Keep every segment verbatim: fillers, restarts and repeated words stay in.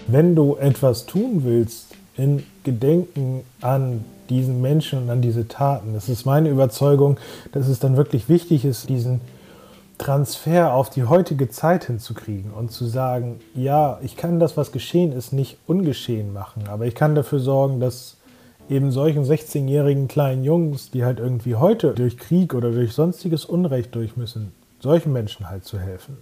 wenn du etwas tun willst in Gedenken an diesen Menschen und an diese Taten, das ist meine Überzeugung, dass es dann wirklich wichtig ist, diesen Transfer auf die heutige Zeit hinzukriegen und zu sagen, ja, ich kann das, was geschehen ist, nicht ungeschehen machen, aber ich kann dafür sorgen, dass eben solchen sechzehnjährigen kleinen Jungs, die halt irgendwie heute durch Krieg oder durch sonstiges Unrecht durch müssen, solchen Menschen halt zu helfen.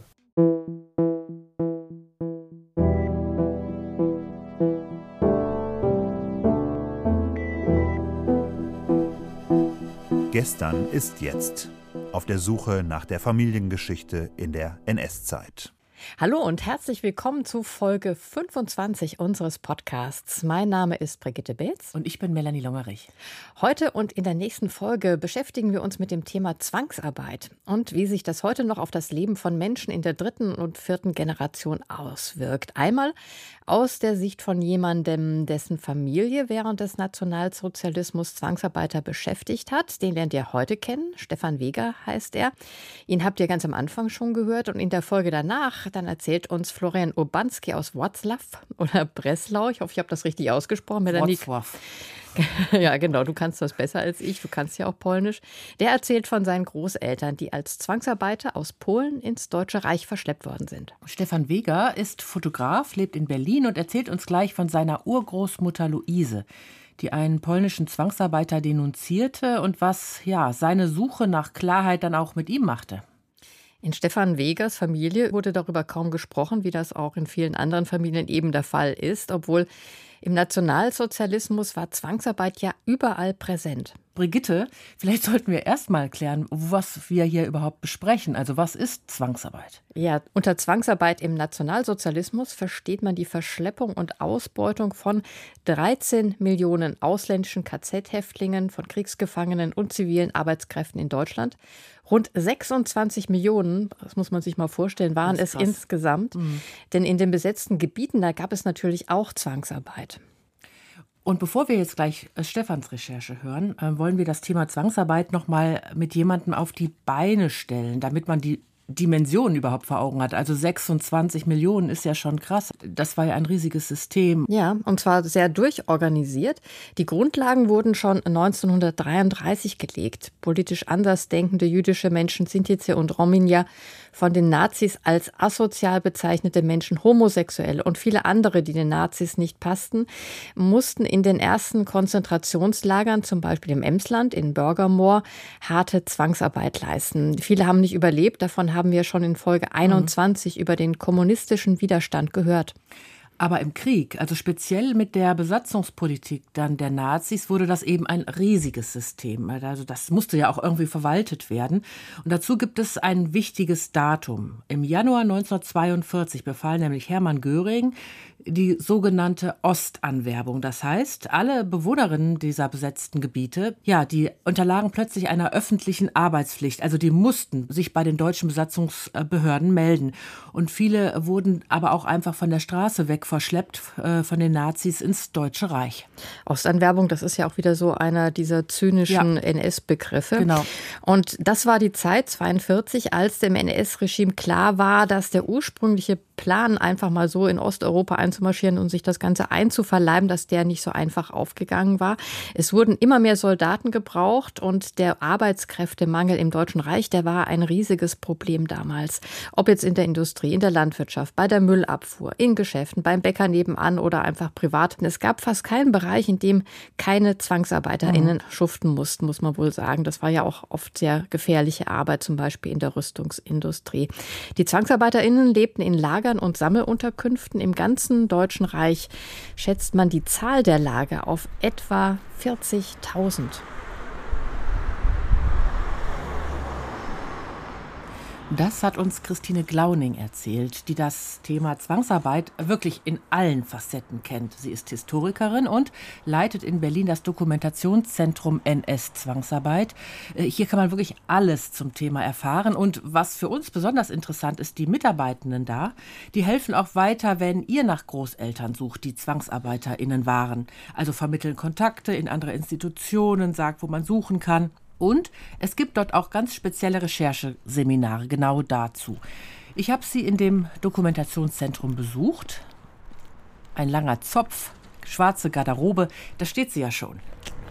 Gestern ist jetzt. Auf der Suche nach der Familiengeschichte in der N S-Zeit. Hallo und herzlich willkommen zu Folge fünfundzwanzig unseres Podcasts. Mein Name ist Brigitte Beetz. Und ich bin Melanie Longerich. Heute und in der nächsten Folge beschäftigen wir uns mit dem Thema Zwangsarbeit und wie sich das heute noch auf das Leben von Menschen in der dritten und vierten Generation auswirkt. Einmal aus der Sicht von jemandem, dessen Familie während des Nationalsozialismus Zwangsarbeiter beschäftigt hat. Den lernt ihr heute kennen. Stefan Weger heißt er. Ihn habt ihr ganz am Anfang schon gehört und in der Folge danach dann erzählt uns Florian Urbanski aus Wrocław oder Breslau. Ich hoffe, ich habe das richtig ausgesprochen. Wrocław. Ja, genau. Du kannst das besser als ich. Du kannst ja auch Polnisch. Der erzählt von seinen Großeltern, die als Zwangsarbeiter aus Polen ins Deutsche Reich verschleppt worden sind. Stefan Weger ist Fotograf, lebt in Berlin und erzählt uns gleich von seiner Urgroßmutter Luise, die einen polnischen Zwangsarbeiter denunzierte und was ja seine Suche nach Klarheit dann auch mit ihm machte. In Stefan Wegers Familie wurde darüber kaum gesprochen, wie das auch in vielen anderen Familien eben der Fall ist, obwohl im Nationalsozialismus war Zwangsarbeit ja überall präsent. Brigitte, vielleicht sollten wir erst mal klären, was wir hier überhaupt besprechen. Also was ist Zwangsarbeit? Ja, unter Zwangsarbeit im Nationalsozialismus versteht man die Verschleppung und Ausbeutung von dreizehn Millionen ausländischen K Z-Häftlingen, von Kriegsgefangenen und zivilen Arbeitskräften in Deutschland. Rund sechsundzwanzig Millionen, das muss man sich mal vorstellen, waren es insgesamt. Mhm. Denn in den besetzten Gebieten, da gab es natürlich auch Zwangsarbeit. Und bevor wir jetzt gleich Stefans Recherche hören, wollen wir das Thema Zwangsarbeit noch mal mit jemandem auf die Beine stellen, damit man die Dimensionen überhaupt vor Augen hat. Also sechsundzwanzig Millionen ist ja schon krass. Das war ja ein riesiges System. Ja, und zwar sehr durchorganisiert. Die Grundlagen wurden schon neunzehnhundertdreiunddreißig gelegt. Politisch andersdenkende jüdische Menschen, Sintize und Rominger, von den Nazis als asozial bezeichnete Menschen, homosexuell und viele andere, die den Nazis nicht passten, mussten in den ersten Konzentrationslagern, zum Beispiel im Emsland, in Börgermoor, harte Zwangsarbeit leisten. Viele haben nicht überlebt, davon haben wir schon in Folge einundzwanzig mhm. über den kommunistischen Widerstand gehört. Aber im Krieg, also speziell mit der Besatzungspolitik dann der Nazis, wurde das eben ein riesiges System. Also das musste ja auch irgendwie verwaltet werden. Und dazu gibt es ein wichtiges Datum. Im Januar neunzehnhundertzweiundvierzig befahl nämlich Hermann Göring die sogenannte Ostanwerbung. Das heißt, alle Bewohnerinnen dieser besetzten Gebiete, ja, die unterlagen plötzlich einer öffentlichen Arbeitspflicht. Also die mussten sich bei den deutschen Besatzungsbehörden melden. Und viele wurden aber auch einfach von der Straße weg verschleppt äh, von den Nazis ins Deutsche Reich. Ostanwerbung, das ist ja auch wieder so einer dieser zynischen ja. N S-Begriffe. Genau. Und das war die Zeit, zweiundvierzig, als dem N S-Regime klar war, dass der ursprüngliche Plan, einfach mal so in Osteuropa einzumarschieren und sich das Ganze einzuverleiben, dass der nicht so einfach aufgegangen war. Es wurden immer mehr Soldaten gebraucht und der Arbeitskräftemangel im Deutschen Reich, der war ein riesiges Problem damals. Ob jetzt in der Industrie, in der Landwirtschaft, bei der Müllabfuhr, in Geschäften, beim Bäcker nebenan oder einfach privat. Es gab fast keinen Bereich, in dem keine ZwangsarbeiterInnen mhm. schuften mussten, muss man wohl sagen. Das war ja auch oft sehr gefährliche Arbeit, zum Beispiel in der Rüstungsindustrie. Die ZwangsarbeiterInnen lebten in Lagern und Sammelunterkünften. Im ganzen Deutschen Reich schätzt man die Zahl der Lager auf etwa vierzigtausend. Das hat uns Christine Glauning erzählt, die das Thema Zwangsarbeit wirklich in allen Facetten kennt. Sie ist Historikerin und leitet in Berlin das Dokumentationszentrum N S-Zwangsarbeit. Hier kann man wirklich alles zum Thema erfahren. Und was für uns besonders interessant ist, die Mitarbeitenden da, die helfen auch weiter, wenn ihr nach Großeltern sucht, die ZwangsarbeiterInnen waren. Also vermitteln Kontakte in andere Institutionen, sagt, wo man suchen kann. Und es gibt dort auch ganz spezielle Rechercheseminare genau dazu. Ich habe sie in dem Dokumentationszentrum besucht. Ein langer Zopf, schwarze Garderobe, da steht sie ja schon.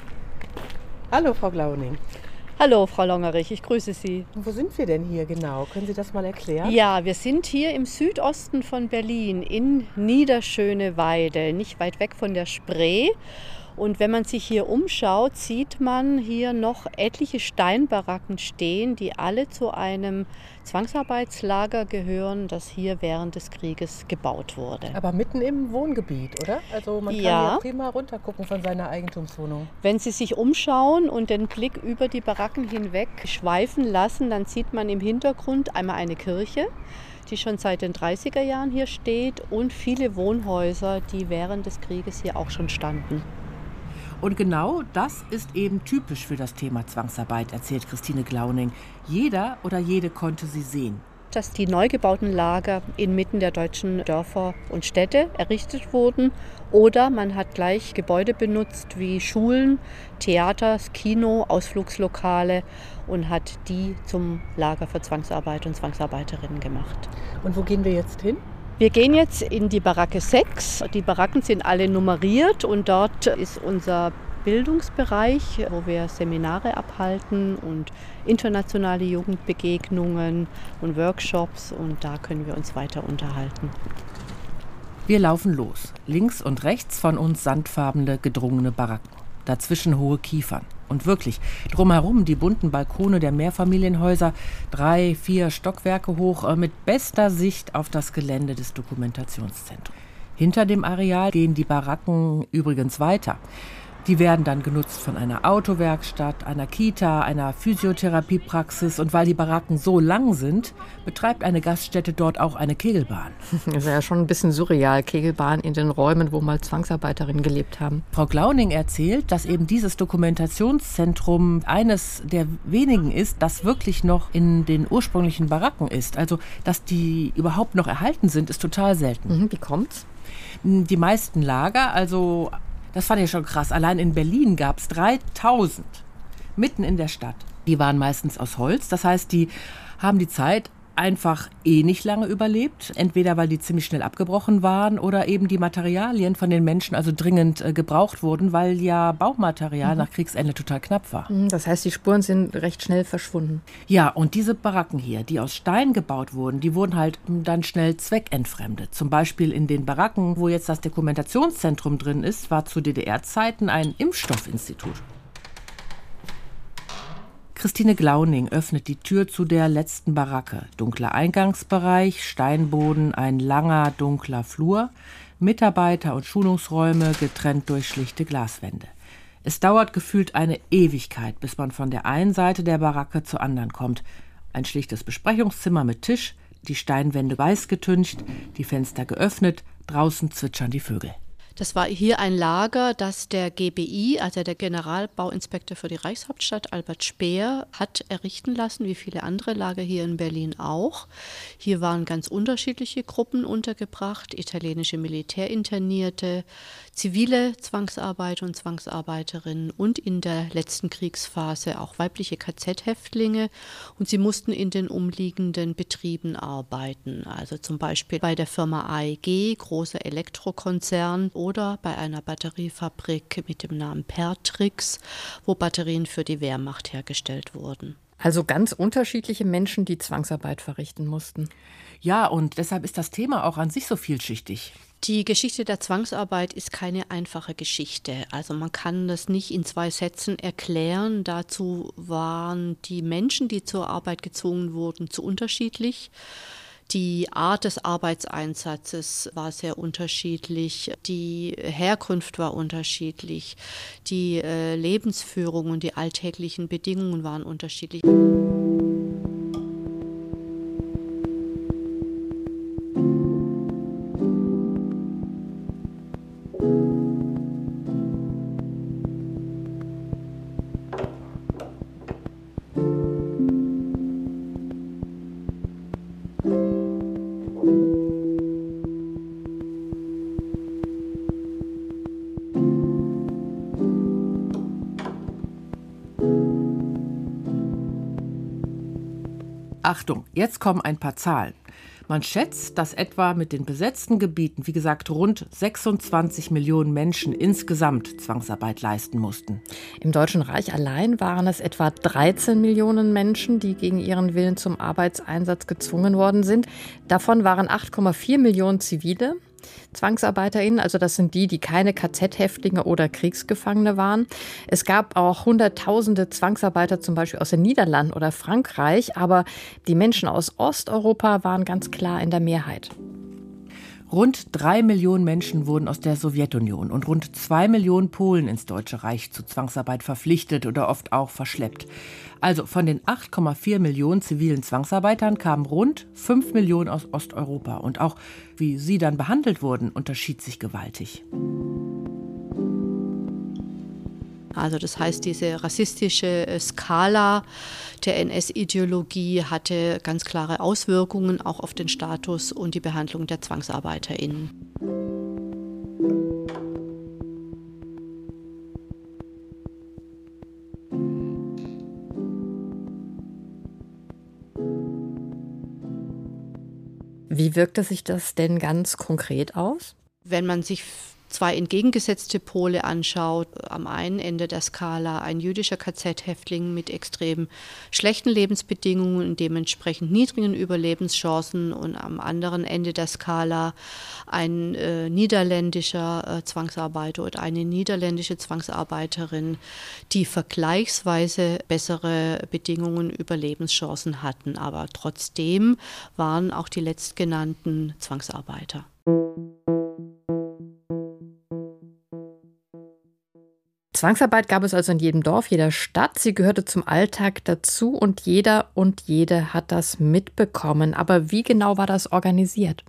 Hallo, Frau Glauning. Hallo, Frau Longerich, ich grüße Sie. Und wo sind wir denn hier genau? Können Sie das mal erklären? Ja, wir sind hier im Südosten von Berlin in Niederschöneweide, nicht weit weg von der Spree. Und wenn man sich hier umschaut, sieht man hier noch etliche Steinbaracken stehen, die alle zu einem Zwangsarbeitslager gehören, das hier während des Krieges gebaut wurde. Aber mitten im Wohngebiet, oder? Also man kann Ja. ja prima runtergucken von seiner Eigentumswohnung. Wenn Sie sich umschauen und den Blick über die Baracken hinweg schweifen lassen, dann sieht man im Hintergrund einmal eine Kirche, die schon seit den dreißiger Jahren hier steht, und viele Wohnhäuser, die während des Krieges hier auch schon standen. Und genau das ist eben typisch für das Thema Zwangsarbeit, erzählt Christine Glauning. Jeder oder jede konnte sie sehen. Dass die neu gebauten Lager inmitten der deutschen Dörfer und Städte errichtet wurden, oder man hat gleich Gebäude benutzt wie Schulen, Theaters, Kino, Ausflugslokale und hat die zum Lager für Zwangsarbeit und Zwangsarbeiterinnen gemacht. Und wo gehen wir jetzt hin? Wir gehen jetzt in die Baracke sechs. Die Baracken sind alle nummeriert und dort ist unser Bildungsbereich, wo wir Seminare abhalten und internationale Jugendbegegnungen und Workshops, und da können wir uns weiter unterhalten. Wir laufen los. Links und rechts von uns sandfarbene, gedrungene Baracken. Dazwischen hohe Kiefern. Und wirklich, drumherum die bunten Balkone der Mehrfamilienhäuser, drei, vier Stockwerke hoch, mit bester Sicht auf das Gelände des Dokumentationszentrums. Hinter dem Areal gehen die Baracken übrigens weiter. Die werden dann genutzt von einer Autowerkstatt, einer Kita, einer Physiotherapiepraxis. Und weil die Baracken so lang sind, betreibt eine Gaststätte dort auch eine Kegelbahn. Das ist ja schon ein bisschen surreal, Kegelbahn in den Räumen, wo mal Zwangsarbeiterinnen gelebt haben. Frau Glauning erzählt, dass eben dieses Dokumentationszentrum eines der wenigen ist, das wirklich noch in den ursprünglichen Baracken ist. Also, dass die überhaupt noch erhalten sind, ist total selten. Mhm, wie kommt's? Die meisten Lager, also das fand ich schon krass. Allein in Berlin gab es dreitausend, mitten in der Stadt. Die waren meistens aus Holz. Das heißt, die haben die Zeit einfach eh nicht lange überlebt. Entweder weil die ziemlich schnell abgebrochen waren oder eben die Materialien von den Menschen also dringend äh, gebraucht wurden, weil ja Baumaterial mhm. nach Kriegsende total knapp war. Das heißt, die Spuren sind recht schnell verschwunden. Ja, und diese Baracken hier, die aus Stein gebaut wurden, die wurden halt dann schnell zweckentfremdet. Zum Beispiel in den Baracken, wo jetzt das Dokumentationszentrum drin ist, war zu D D R-Zeiten ein Impfstoffinstitut. Christine Glauning öffnet die Tür zu der letzten Baracke. Dunkler Eingangsbereich, Steinboden, ein langer, dunkler Flur, Mitarbeiter- und Schulungsräume getrennt durch schlichte Glaswände. Es dauert gefühlt eine Ewigkeit, bis man von der einen Seite der Baracke zur anderen kommt. Ein schlichtes Besprechungszimmer mit Tisch, die Steinwände weiß getüncht, die Fenster geöffnet, draußen zwitschern die Vögel. Das war hier ein Lager, das der G B I, also der Generalbauinspektor für die Reichshauptstadt, Albert Speer, hat errichten lassen, wie viele andere Lager hier in Berlin auch. Hier waren ganz unterschiedliche Gruppen untergebracht, italienische Militärinternierte, zivile Zwangsarbeiter und Zwangsarbeiterinnen und in der letzten Kriegsphase auch weibliche K Z-Häftlinge. Und sie mussten in den umliegenden Betrieben arbeiten, also zum Beispiel bei der Firma A E G, großer Elektrokonzern, oder bei einer Batteriefabrik mit dem Namen Pertrix, wo Batterien für die Wehrmacht hergestellt wurden. Also ganz unterschiedliche Menschen, die Zwangsarbeit verrichten mussten. Ja, und deshalb ist das Thema auch an sich so vielschichtig. Die Geschichte der Zwangsarbeit ist keine einfache Geschichte. Also man kann das nicht in zwei Sätzen erklären. Dazu waren die Menschen, die zur Arbeit gezwungen wurden, zu unterschiedlich. Die Art des Arbeitseinsatzes war sehr unterschiedlich, die Herkunft war unterschiedlich, die äh, Lebensführung und die alltäglichen Bedingungen waren unterschiedlich. Achtung, jetzt kommen ein paar Zahlen. Man schätzt, dass etwa mit den besetzten Gebieten, wie gesagt, rund sechsundzwanzig Millionen Menschen insgesamt Zwangsarbeit leisten mussten. Im Deutschen Reich allein waren es etwa dreizehn Millionen Menschen, die gegen ihren Willen zum Arbeitseinsatz gezwungen worden sind. Davon waren acht Komma vier Millionen Zivile ZwangsarbeiterInnen, also das sind die, die keine K Z-Häftlinge oder Kriegsgefangene waren. Es gab auch Hunderttausende Zwangsarbeiter, zum Beispiel aus den Niederlanden oder Frankreich, aber die Menschen aus Osteuropa waren ganz klar in der Mehrheit. Rund drei Millionen Menschen wurden aus der Sowjetunion und rund zwei Millionen Polen ins Deutsche Reich zu Zwangsarbeit verpflichtet oder oft auch verschleppt. Also von den acht Komma vier Millionen zivilen Zwangsarbeitern kamen rund fünf Millionen aus Osteuropa. Und auch wie sie dann behandelt wurden, unterschied sich gewaltig. Also das heißt, diese rassistische Skala der N S-Ideologie hatte ganz klare Auswirkungen auch auf den Status und die Behandlung der ZwangsarbeiterInnen. Wie wirkte sich das denn ganz konkret aus? Wenn man sich zwei entgegengesetzte Pole anschaut, am einen Ende der Skala ein jüdischer K Z-Häftling mit extrem schlechten Lebensbedingungen und dementsprechend niedrigen Überlebenschancen und am anderen Ende der Skala ein äh, niederländischer äh, Zwangsarbeiter oder eine niederländische Zwangsarbeiterin, die vergleichsweise bessere Bedingungen, Überlebenschancen hatten. Aber trotzdem waren auch die letztgenannten Zwangsarbeiter. Zwangsarbeit gab es also in jedem Dorf, jeder Stadt. Sie gehörte zum Alltag dazu und jeder und jede hat das mitbekommen. Aber wie genau war das organisiert?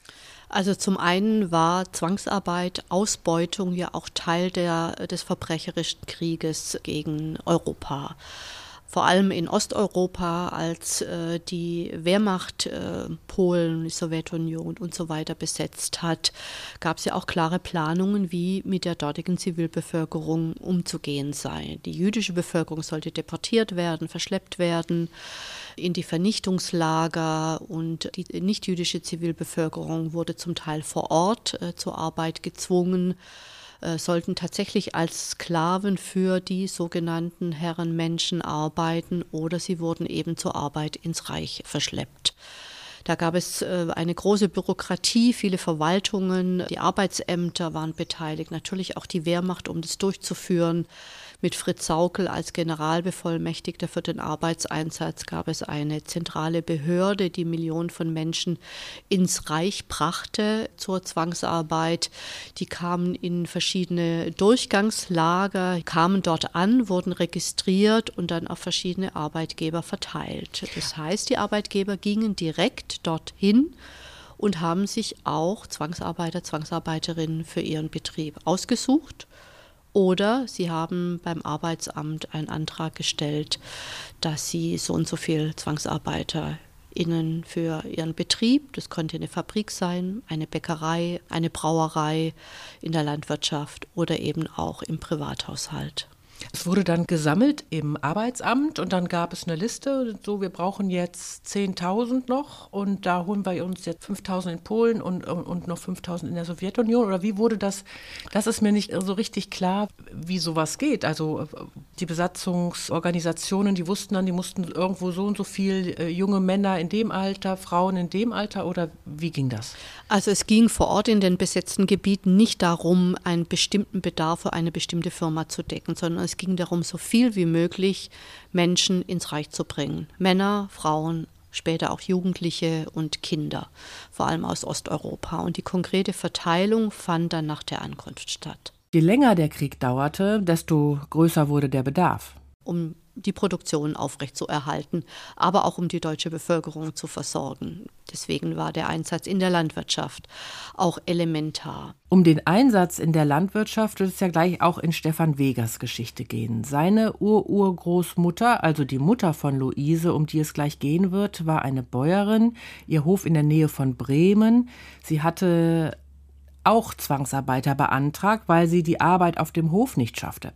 Also zum einen war Zwangsarbeit, Ausbeutung ja auch Teil der, des verbrecherischen Krieges gegen Europa. Vor allem in Osteuropa, als äh, die Wehrmacht äh, Polen, die Sowjetunion und so weiter besetzt hat, gab es ja auch klare Planungen, wie mit der dortigen Zivilbevölkerung umzugehen sei. Die jüdische Bevölkerung sollte deportiert werden, verschleppt werden in die Vernichtungslager und die nichtjüdische Zivilbevölkerung wurde zum Teil vor Ort äh, zur Arbeit gezwungen, sollten tatsächlich als Sklaven für die sogenannten Herrenmenschen arbeiten oder sie wurden eben zur Arbeit ins Reich verschleppt. Da gab es eine große Bürokratie, viele Verwaltungen, die Arbeitsämter waren beteiligt, natürlich auch die Wehrmacht, um das durchzuführen. Mit Fritz Sauckel als Generalbevollmächtigter für den Arbeitseinsatz gab es eine zentrale Behörde, die Millionen von Menschen ins Reich brachte zur Zwangsarbeit. Die kamen in verschiedene Durchgangslager, kamen dort an, wurden registriert und dann auf verschiedene Arbeitgeber verteilt. Das heißt, die Arbeitgeber gingen direkt dorthin und haben sich auch Zwangsarbeiter, Zwangsarbeiterinnen für ihren Betrieb ausgesucht. Oder sie haben beim Arbeitsamt einen Antrag gestellt, dass sie so und so viel ZwangsarbeiterInnen für ihren Betrieb, das konnte eine Fabrik sein, eine Bäckerei, eine Brauerei in der Landwirtschaft oder eben auch im Privathaushalt. Es wurde dann gesammelt im Arbeitsamt und dann gab es eine Liste, so wir brauchen jetzt zehntausend noch und da holen wir uns jetzt fünftausend in Polen und, und noch fünftausend in der Sowjetunion. Oder wie wurde das, das ist mir nicht so richtig klar, wie sowas geht. Also die Besatzungsorganisationen, die wussten dann, die mussten irgendwo so und so viel äh, junge Männer in dem Alter, Frauen in dem Alter oder wie ging das? Also es ging vor Ort in den besetzten Gebieten nicht darum, einen bestimmten Bedarf für eine bestimmte Firma zu decken, sondern es ging darum, so viel wie möglich Menschen ins Reich zu bringen. Männer, Frauen, später auch Jugendliche und Kinder, vor allem aus Osteuropa. Und die konkrete Verteilung fand dann nach der Ankunft statt. Je länger der Krieg dauerte, desto größer wurde der Bedarf. Um die Produktion aufrechtzuerhalten, aber auch um die deutsche Bevölkerung zu versorgen. Deswegen war der Einsatz in der Landwirtschaft auch elementar. Um den Einsatz in der Landwirtschaft wird es ja gleich auch in Stefan Wegers Geschichte gehen. Seine Ururgroßmutter, also die Mutter von Luise, um die es gleich gehen wird, war eine Bäuerin, ihr Hof in der Nähe von Bremen. Sie hatte auch Zwangsarbeiter beantragt, weil sie die Arbeit auf dem Hof nicht schaffte.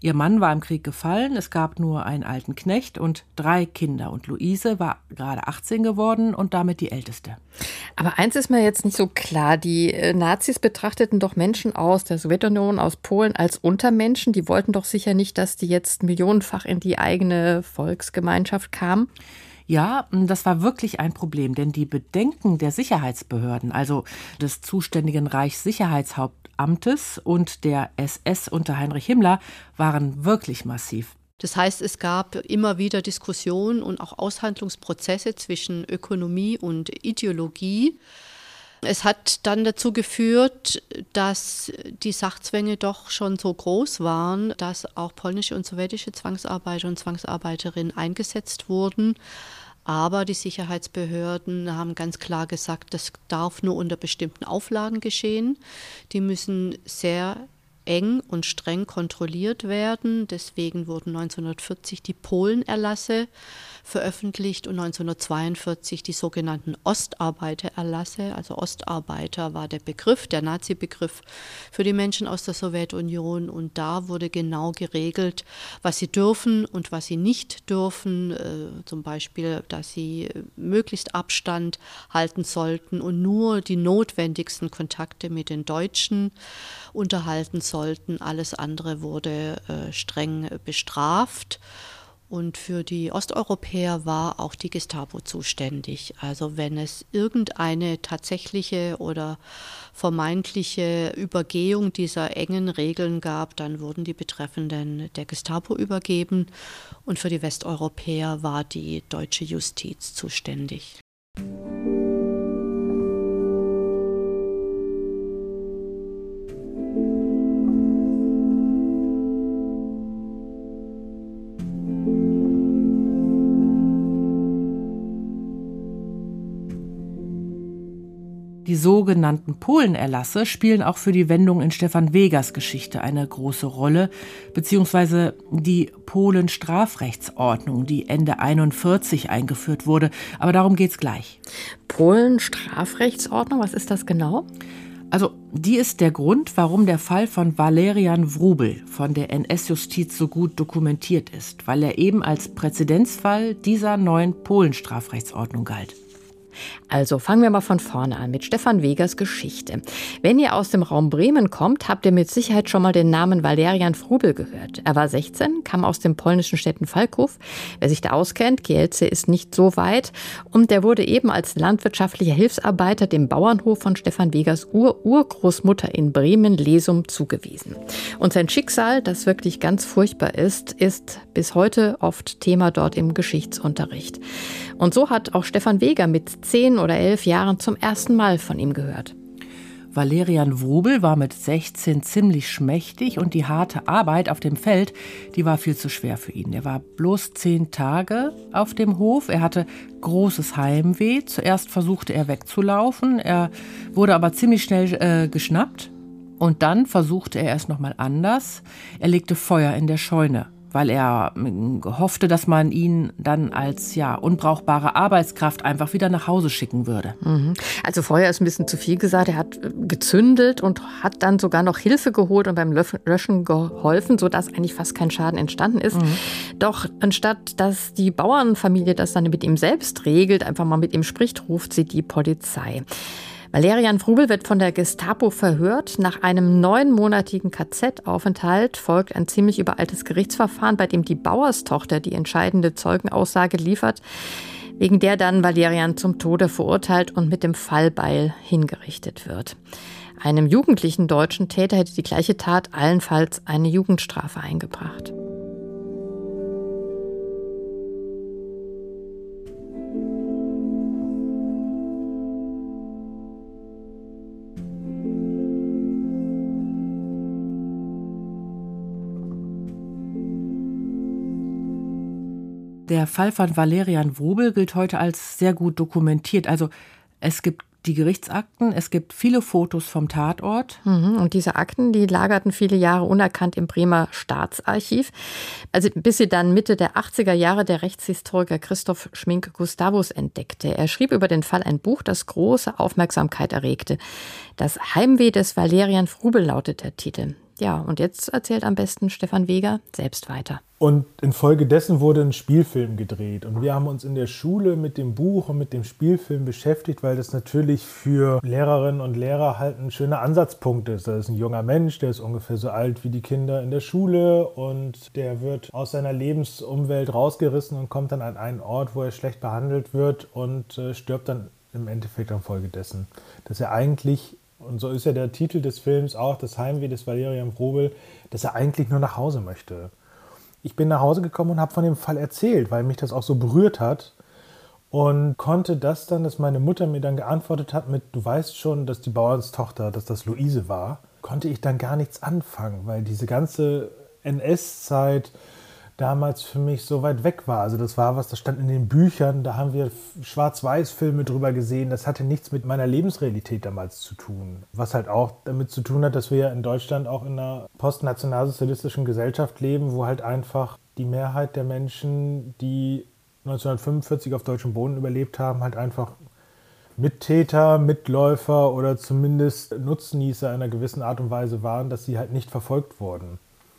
Ihr Mann war im Krieg gefallen, es gab nur einen alten Knecht und drei Kinder. Und Luise war gerade achtzehn geworden und damit die Älteste. Aber eins ist mir jetzt nicht so klar. Die Nazis betrachteten doch Menschen aus der Sowjetunion, aus Polen als Untermenschen. Die wollten doch sicher nicht, dass die jetzt millionenfach in die eigene Volksgemeinschaft kamen. Ja, das war wirklich ein Problem, denn die Bedenken der Sicherheitsbehörden, also des zuständigen Reichssicherheitshauptamtes und der S S unter Heinrich Himmler, waren wirklich massiv. Das heißt, es gab immer wieder Diskussionen und auch Aushandlungsprozesse zwischen Ökonomie und Ideologie. Es hat dann dazu geführt, dass die Sachzwänge doch schon so groß waren, dass auch polnische und sowjetische Zwangsarbeiter und Zwangsarbeiterinnen eingesetzt wurden. Aber die Sicherheitsbehörden haben ganz klar gesagt, das darf nur unter bestimmten Auflagen geschehen. Die müssen sehr eng und streng kontrolliert werden. Deswegen wurden neunzehnhundertvierzig die Polenerlasse veröffentlicht und neunzehnhundertzweiundvierzig die sogenannten Ostarbeitererlasse. Also Ostarbeiter war der Begriff, der Nazi-Begriff für die Menschen aus der Sowjetunion. Und da wurde genau geregelt, was sie dürfen und was sie nicht dürfen. Äh, zum Beispiel, dass sie möglichst Abstand halten sollten und nur die notwendigsten Kontakte mit den Deutschen unterhalten sollten. Alles andere wurde äh, streng bestraft. Und für die Osteuropäer war auch die Gestapo zuständig. Also wenn es irgendeine tatsächliche oder vermeintliche Übergehung dieser engen Regeln gab, dann wurden die Betreffenden der Gestapo übergeben. Und für die Westeuropäer war die deutsche Justiz zuständig. Die sogenannten Polenerlasse spielen auch für die Wendung in Stefan Wegers Geschichte eine große Rolle, beziehungsweise die Polen-Strafrechtsordnung, die Ende einundvierzig eingeführt wurde. Aber darum geht's gleich. Polen-Strafrechtsordnung, was ist das genau? Also, die ist der Grund, warum der Fall von Walerian Wrubel von der N S-Justiz so gut dokumentiert ist, weil er eben als Präzedenzfall dieser neuen Polen-Strafrechtsordnung galt. Also fangen wir mal von vorne an mit Stefan Wegers Geschichte. Wenn ihr aus dem Raum Bremen kommt, habt ihr mit Sicherheit schon mal den Namen Walerian Wrubel gehört. Er war sechzehn, kam aus dem polnischen Städten Falków. Wer sich da auskennt, Kielce ist nicht so weit. Und der wurde eben als landwirtschaftlicher Hilfsarbeiter dem Bauernhof von Stefan Wegers Ur-Urgroßmutter in Bremen-Lesum zugewiesen. Und sein Schicksal, das wirklich ganz furchtbar ist, ist bis heute oft Thema dort im Geschichtsunterricht. Und so hat auch Stefan Weger mit zehn oder elf Jahren zum ersten Mal von ihm gehört. Walerian Wrubel war mit sechzehn ziemlich schmächtig und die harte Arbeit auf dem Feld, die war viel zu schwer für ihn. Er war bloß zehn Tage auf dem Hof. Er hatte großes Heimweh. Zuerst versuchte er wegzulaufen. Er wurde aber ziemlich schnell äh, geschnappt. Und dann versuchte er es nochmal anders. Er legte Feuer in der Scheune, weil er hoffte, dass man ihn dann als ja unbrauchbare Arbeitskraft einfach wieder nach Hause schicken würde. Also Feuer ist ein bisschen zu viel gesagt. Er hat gezündelt und hat dann sogar noch Hilfe geholt und beim Löschen geholfen, sodass eigentlich fast kein Schaden entstanden ist. Mhm. Doch anstatt, dass die Bauernfamilie das dann mit ihm selbst regelt, einfach mal mit ihm spricht, ruft sie die Polizei. Walerian Wrubel wird von der Gestapo verhört. Nach einem neunmonatigen K Z-Aufenthalt folgt ein ziemlich übereiltes Gerichtsverfahren, bei dem die Bauerstochter die entscheidende Zeugenaussage liefert, wegen der dann Walerian zum Tode verurteilt und mit dem Fallbeil hingerichtet wird. Einem jugendlichen deutschen Täter hätte die gleiche Tat allenfalls eine Jugendstrafe eingebracht. Der Fall von Walerian Wrubel gilt heute als sehr gut dokumentiert. Also es gibt die Gerichtsakten, es gibt viele Fotos vom Tatort. Und diese Akten, die lagerten viele Jahre unerkannt im Bremer Staatsarchiv. Also bis sie dann Mitte der achtziger Jahre der Rechtshistoriker Christoph Schmink-Gustavus entdeckte. Er schrieb über den Fall ein Buch, das große Aufmerksamkeit erregte. Das Heimweh des Walerian Wrubel lautet der Titel. Ja, und jetzt erzählt am besten Stefan Weger selbst weiter. Und infolgedessen wurde ein Spielfilm gedreht. Und wir haben uns in der Schule mit dem Buch und mit dem Spielfilm beschäftigt, weil das natürlich für Lehrerinnen und Lehrer halt ein schöner Ansatzpunkt ist. Da ist ein junger Mensch, der ist ungefähr so alt wie die Kinder in der Schule und der wird aus seiner Lebensumwelt rausgerissen und kommt dann an einen Ort, wo er schlecht behandelt wird und äh, stirbt dann im Endeffekt infolgedessen. Dass er eigentlich, und so ist ja der Titel des Films auch, das Heimweh des Valerian Wrobel, dass er eigentlich nur nach Hause möchte. Ich bin nach Hause gekommen und habe von dem Fall erzählt, weil mich das auch so berührt hat und konnte das dann, dass meine Mutter mir dann geantwortet hat mit, du weißt schon, dass die Bauernstochter, dass das Luise war, konnte ich dann gar nichts anfangen, weil diese ganze N S-Zeit damals für mich so weit weg war. Also das war was, das stand in den Büchern, da haben wir Schwarz-Weiß-Filme drüber gesehen, das hatte nichts mit meiner Lebensrealität damals zu tun. Was halt auch damit zu tun hat, dass wir ja in Deutschland auch in einer postnationalsozialistischen Gesellschaft leben, wo halt einfach die Mehrheit der Menschen, die neunzehnhundertfünfundvierzig auf deutschem Boden überlebt haben, halt einfach Mittäter, Mitläufer oder zumindest Nutznießer in einer gewissen Art und Weise waren, dass sie halt nicht verfolgt wurden.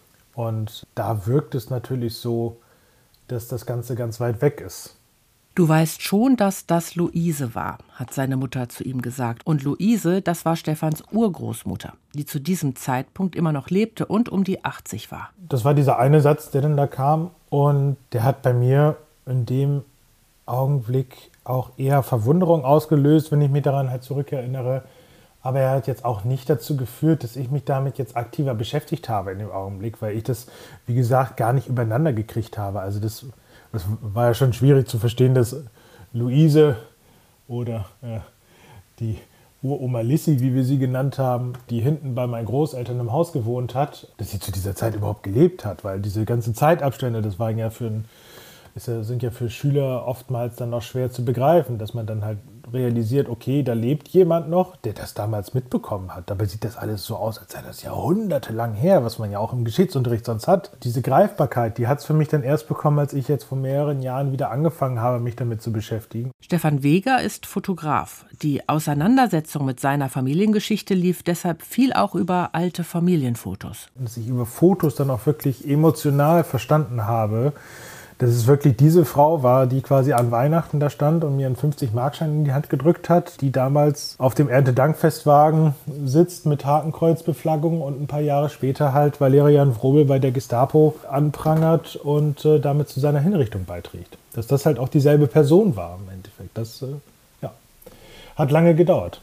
Und da wirkt es natürlich so, dass das Ganze ganz weit weg ist. Du weißt schon, dass das Luise war, hat seine Mutter zu ihm gesagt. Und Luise, das war Stefans Urgroßmutter, die zu diesem Zeitpunkt immer noch lebte und um die achtzig war. Das war dieser eine Satz, der dann da kam. Und der hat bei mir in dem Augenblick auch eher Verwunderung ausgelöst, wenn ich mich daran halt zurückerinnere. Aber er hat jetzt auch nicht dazu geführt, dass ich mich damit jetzt aktiver beschäftigt habe in dem Augenblick, weil ich das, wie gesagt, gar nicht übereinander gekriegt habe. Also das, das war ja schon schwierig zu verstehen, dass Luise oder äh, die Uroma Lissi, wie wir sie genannt haben, die hinten bei meinen Großeltern im Haus gewohnt hat, dass sie zu dieser Zeit überhaupt gelebt hat, weil diese ganzen Zeitabstände, das waren ja für ein, ist ja, sind ja für Schüler oftmals dann noch schwer zu begreifen, dass man dann halt realisiert, okay, da lebt jemand noch, der das damals mitbekommen hat. Dabei sieht das alles so aus, als sei das jahrhundertelang her, was man ja auch im Geschichtsunterricht sonst hat. Diese Greifbarkeit, die hat es für mich dann erst bekommen, als ich jetzt vor mehreren Jahren wieder angefangen habe, mich damit zu beschäftigen. Stefan Weger ist Fotograf. Die Auseinandersetzung mit seiner Familiengeschichte lief deshalb viel auch über alte Familienfotos. Dass ich über Fotos dann auch wirklich emotional verstanden habe, dass es wirklich diese Frau war, die quasi an Weihnachten da stand und mir einen fünfzig-Mark-Schein in die Hand gedrückt hat, die damals auf dem Erntedankfestwagen sitzt mit Hakenkreuzbeflaggung und ein paar Jahre später halt Valerian Wrobel bei der Gestapo anprangert und äh, damit zu seiner Hinrichtung beiträgt. Dass das halt auch dieselbe Person war im Endeffekt. Das äh, ja, hat lange gedauert.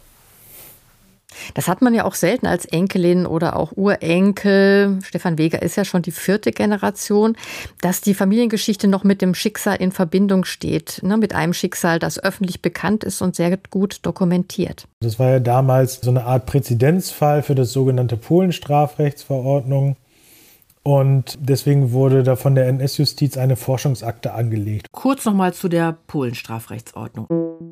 Das hat man ja auch selten als Enkelin oder auch Urenkel. Stefan Weger ist ja schon die vierte Generation, dass die Familiengeschichte noch mit dem Schicksal in Verbindung steht. Ne, mit einem Schicksal, das öffentlich bekannt ist und sehr gut dokumentiert. Das war ja damals so eine Art Präzedenzfall für das sogenannte Polenstrafrechtsverordnung. Und deswegen wurde da von der N S-Justiz eine Forschungsakte angelegt. Kurz nochmal zu der Polenstrafrechtsordnung.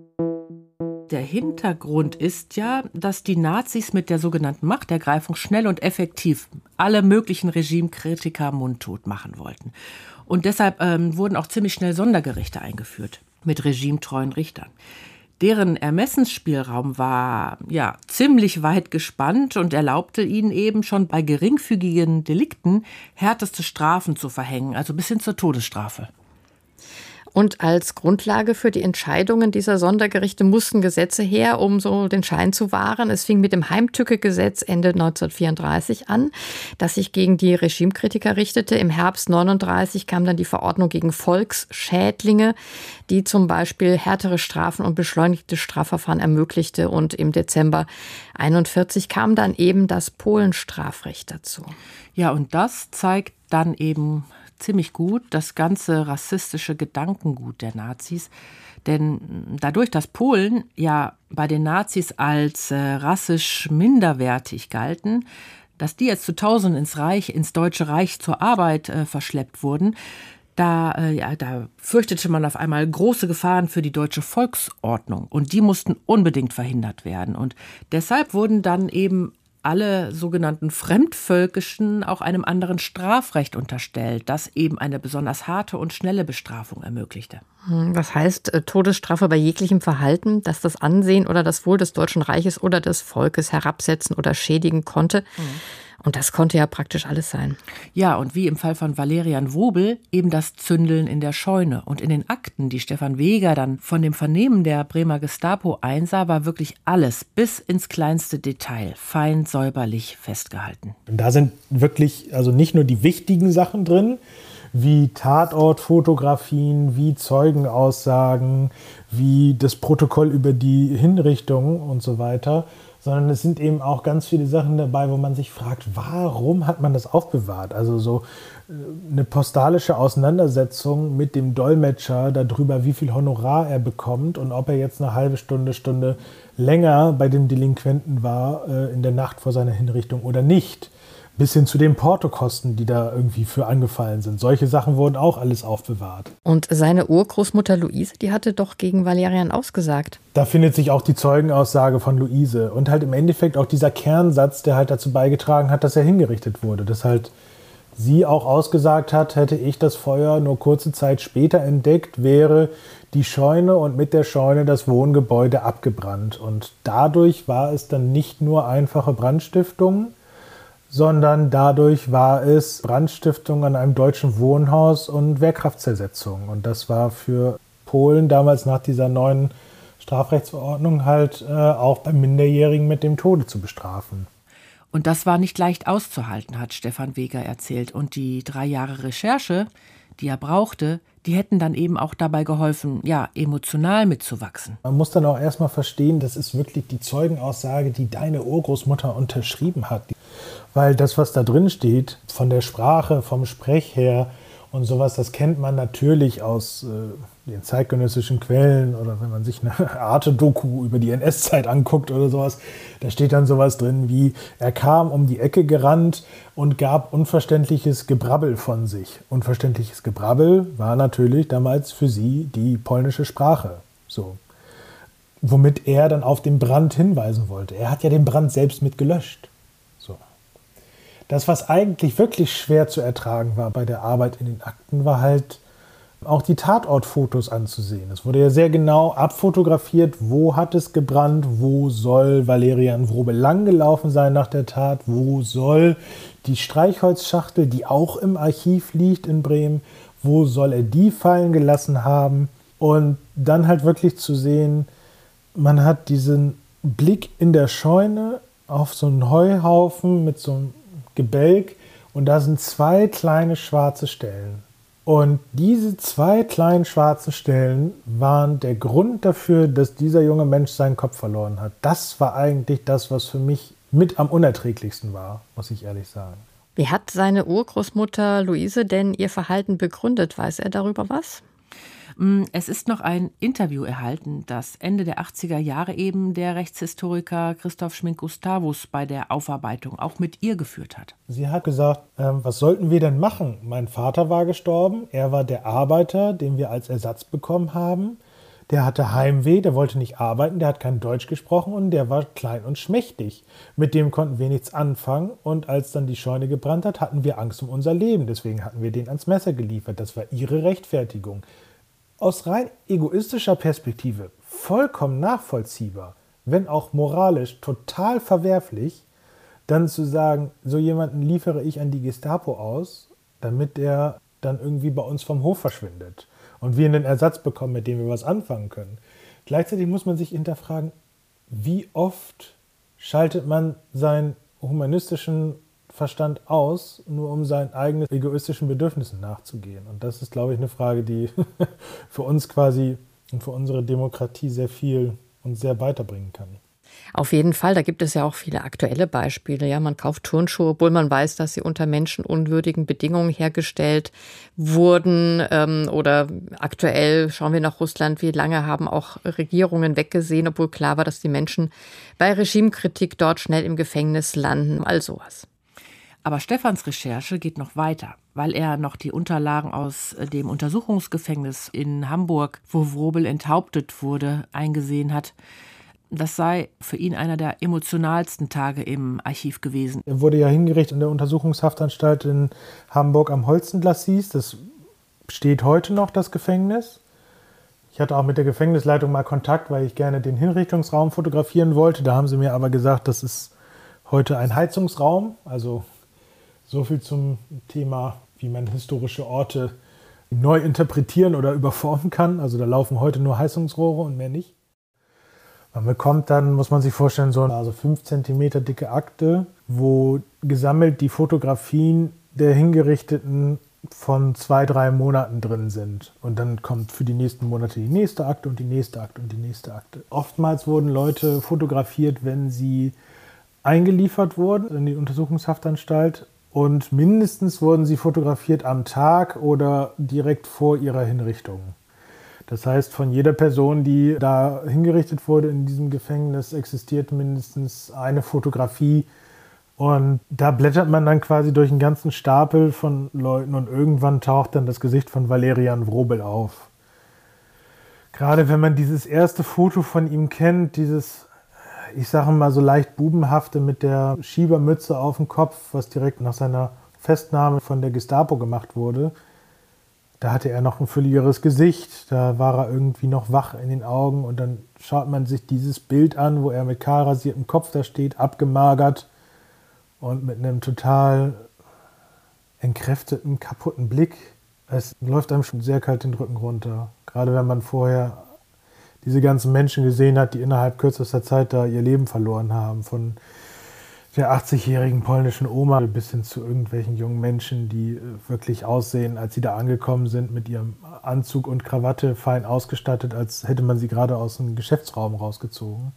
Der Hintergrund ist ja, dass die Nazis mit der sogenannten Machtergreifung schnell und effektiv alle möglichen Regimekritiker mundtot machen wollten. Und deshalb ähm, wurden auch ziemlich schnell Sondergerichte eingeführt mit regimetreuen Richtern. Deren Ermessensspielraum war ja ziemlich weit gespannt und erlaubte ihnen eben schon bei geringfügigen Delikten härteste Strafen zu verhängen, also bis hin zur Todesstrafe. Und als Grundlage für die Entscheidungen dieser Sondergerichte mussten Gesetze her, um so den Schein zu wahren. Es fing mit dem Heimtücke-Gesetz Ende neunzehnhundertvierunddreißig an, das sich gegen die Regimekritiker richtete. Im Herbst neununddreißig kam dann die Verordnung gegen Volksschädlinge, die zum Beispiel härtere Strafen und beschleunigte Strafverfahren ermöglichte. Und im Dezember einundvierzig kam dann eben das Polenstrafrecht dazu. Ja, und das zeigt dann eben ziemlich gut das ganze rassistische Gedankengut der Nazis. Denn dadurch, dass Polen ja bei den Nazis als äh, rassisch minderwertig galten, dass die jetzt zu Tausenden ins Reich, ins Deutsche Reich zur Arbeit äh, verschleppt wurden, da, äh, ja, da fürchtete man auf einmal große Gefahren für die deutsche Volksordnung. Und die mussten unbedingt verhindert werden. Und deshalb wurden dann eben alle sogenannten Fremdvölkischen auch einem anderen Strafrecht unterstellt, das eben eine besonders harte und schnelle Bestrafung ermöglichte. Das heißt, Todesstrafe bei jeglichem Verhalten, das das Ansehen oder das Wohl des Deutschen Reiches oder des Volkes herabsetzen oder schädigen konnte. Mhm. Und das konnte ja praktisch alles sein. Ja, und wie im Fall von Valerian Wrobel eben das Zündeln in der Scheune. Und in den Akten, die Stefan Weger dann von dem Vernehmen der Bremer Gestapo einsah, war wirklich alles bis ins kleinste Detail fein säuberlich festgehalten. Und da sind wirklich also nicht nur die wichtigen Sachen drin, wie Tatortfotografien, wie Zeugenaussagen, wie das Protokoll über die Hinrichtung und so weiter, sondern es sind eben auch ganz viele Sachen dabei, wo man sich fragt, warum hat man das aufbewahrt? Also so eine postalische Auseinandersetzung mit dem Dolmetscher darüber, wie viel Honorar er bekommt und ob er jetzt eine halbe Stunde, Stunde länger bei dem Delinquenten war äh, in der Nacht vor seiner Hinrichtung oder nicht. Bis hin zu den Portokosten, die da irgendwie für angefallen sind. Solche Sachen wurden auch alles aufbewahrt. Und seine Urgroßmutter Luise, die hatte doch gegen Valerian ausgesagt. Da findet sich auch die Zeugenaussage von Luise. Und halt im Endeffekt auch dieser Kernsatz, der halt dazu beigetragen hat, dass er hingerichtet wurde. Dass halt sie auch ausgesagt hat, hätte ich das Feuer nur kurze Zeit später entdeckt, wäre die Scheune und mit der Scheune das Wohngebäude abgebrannt. Und dadurch war es dann nicht nur einfache Brandstiftung, sondern dadurch war es Brandstiftung an einem deutschen Wohnhaus und Wehrkraftzersetzung. Und das war für Polen damals nach dieser neuen Strafrechtsverordnung halt äh, auch bei Minderjährigen mit dem Tode zu bestrafen. Und das war nicht leicht auszuhalten, hat Stefan Weger erzählt. Und die drei Jahre Recherche, die er brauchte, die hätten dann eben auch dabei geholfen, ja, emotional mitzuwachsen. Man muss dann auch erstmal verstehen, das ist wirklich die Zeugenaussage, die deine Urgroßmutter unterschrieben hat. Weil das, was da drin steht, von der Sprache, vom Sprech her und sowas, das kennt man natürlich aus äh, den zeitgenössischen Quellen oder wenn man sich eine Arte-Doku über die N S-Zeit anguckt oder sowas, da steht dann sowas drin wie, er kam um die Ecke gerannt und gab unverständliches Gebrabbel von sich. Unverständliches Gebrabbel war natürlich damals für sie die polnische Sprache. So. Womit er dann auf den Brand hinweisen wollte. Er hat ja den Brand selbst mit gelöscht. So. Das, was eigentlich wirklich schwer zu ertragen war bei der Arbeit in den Akten, war halt auch die Tatortfotos anzusehen. Es wurde ja sehr genau abfotografiert, wo hat es gebrannt, wo soll Valerian Wrobel langgelaufen sein nach der Tat, wo soll die Streichholzschachtel, die auch im Archiv liegt in Bremen, wo soll er die fallen gelassen haben. Und dann halt wirklich zu sehen, man hat diesen Blick in der Scheune auf so einen Heuhaufen mit so einem Gebälk und da sind zwei kleine schwarze Stellen. Und diese zwei kleinen schwarzen Stellen waren der Grund dafür, dass dieser junge Mensch seinen Kopf verloren hat. Das war eigentlich das, was für mich mit am unerträglichsten war, muss ich ehrlich sagen. Wie hat seine Urgroßmutter Luise denn ihr Verhalten begründet? Weiß er darüber was? Es ist noch ein Interview erhalten, das Ende der achtziger Jahre eben der Rechtshistoriker Christoph Schmink-Gustavus bei der Aufarbeitung auch mit ihr geführt hat. Sie hat gesagt, ähm, was sollten wir denn machen? Mein Vater war gestorben, er war der Arbeiter, den wir als Ersatz bekommen haben. Der hatte Heimweh, der wollte nicht arbeiten, der hat kein Deutsch gesprochen und der war klein und schmächtig. Mit dem konnten wir nichts anfangen und als dann die Scheune gebrannt hat, hatten wir Angst um unser Leben. Deswegen hatten wir den ans Messer geliefert. Das war ihre Rechtfertigung. Aus rein egoistischer Perspektive vollkommen nachvollziehbar, wenn auch moralisch total verwerflich, dann zu sagen, so jemanden liefere ich an die Gestapo aus, damit er dann irgendwie bei uns vom Hof verschwindet und wir einen Ersatz bekommen, mit dem wir was anfangen können. Gleichzeitig muss man sich hinterfragen, wie oft schaltet man seinen humanistischen Verstand aus, nur um seinen eigenen egoistischen Bedürfnissen nachzugehen. Und das ist, glaube ich, eine Frage, die für uns quasi und für unsere Demokratie sehr viel und sehr weiterbringen kann. Auf jeden Fall, da gibt es ja auch viele aktuelle Beispiele. Ja, man kauft Turnschuhe, obwohl man weiß, dass sie unter menschenunwürdigen Bedingungen hergestellt wurden. Ähm, oder aktuell schauen wir nach Russland, wie lange haben auch Regierungen weggesehen, obwohl klar war, dass die Menschen bei Regimekritik dort schnell im Gefängnis landen. All sowas. Aber Stefans Recherche geht noch weiter, weil er noch die Unterlagen aus dem Untersuchungsgefängnis in Hamburg, wo Wrobel enthauptet wurde, eingesehen hat. Das sei für ihn einer der emotionalsten Tage im Archiv gewesen. Er wurde ja hingerichtet in der Untersuchungshaftanstalt in Hamburg am Holzenglassis. Das steht heute noch, das Gefängnis. Ich hatte auch mit der Gefängnisleitung mal Kontakt, weil ich gerne den Hinrichtungsraum fotografieren wollte. Da haben sie mir aber gesagt, das ist heute ein Heizungsraum. Also so viel zum Thema, wie man historische Orte neu interpretieren oder überformen kann. Also da laufen heute nur Heizungsrohre und mehr nicht. Man bekommt dann, muss man sich vorstellen, so eine also fünf Zentimeter dicke Akte, wo gesammelt die Fotografien der Hingerichteten von zwei, drei Monaten drin sind. Und dann kommt für die nächsten Monate die nächste Akte und die nächste Akte und die nächste Akte. Oftmals wurden Leute fotografiert, wenn sie eingeliefert wurden in die Untersuchungshaftanstalt. Und mindestens wurden sie fotografiert am Tag oder direkt vor ihrer Hinrichtung. Das heißt, von jeder Person, die da hingerichtet wurde in diesem Gefängnis, existiert mindestens eine Fotografie. Und da blättert man dann quasi durch einen ganzen Stapel von Leuten und irgendwann taucht dann das Gesicht von Valerian Wrobel auf. Gerade wenn man dieses erste Foto von ihm kennt, dieses, ich sage mal so leicht bubenhafte mit der Schiebermütze auf dem Kopf, was direkt nach seiner Festnahme von der Gestapo gemacht wurde, da hatte er noch ein fülligeres Gesicht, da war er irgendwie noch wach in den Augen und dann schaut man sich dieses Bild an, wo er mit kahl rasiertem Kopf da steht, abgemagert und mit einem total entkräfteten, kaputten Blick. Es läuft einem schon sehr kalt den Rücken runter, gerade wenn man vorher diese ganzen Menschen gesehen hat, die innerhalb kürzester Zeit da ihr Leben verloren haben, von der achtzigjährigen polnischen Oma bis hin zu irgendwelchen jungen Menschen, die wirklich aussehen, als sie da angekommen sind, mit ihrem Anzug und Krawatte fein ausgestattet, als hätte man sie gerade aus einem Geschäftsraum rausgezogen.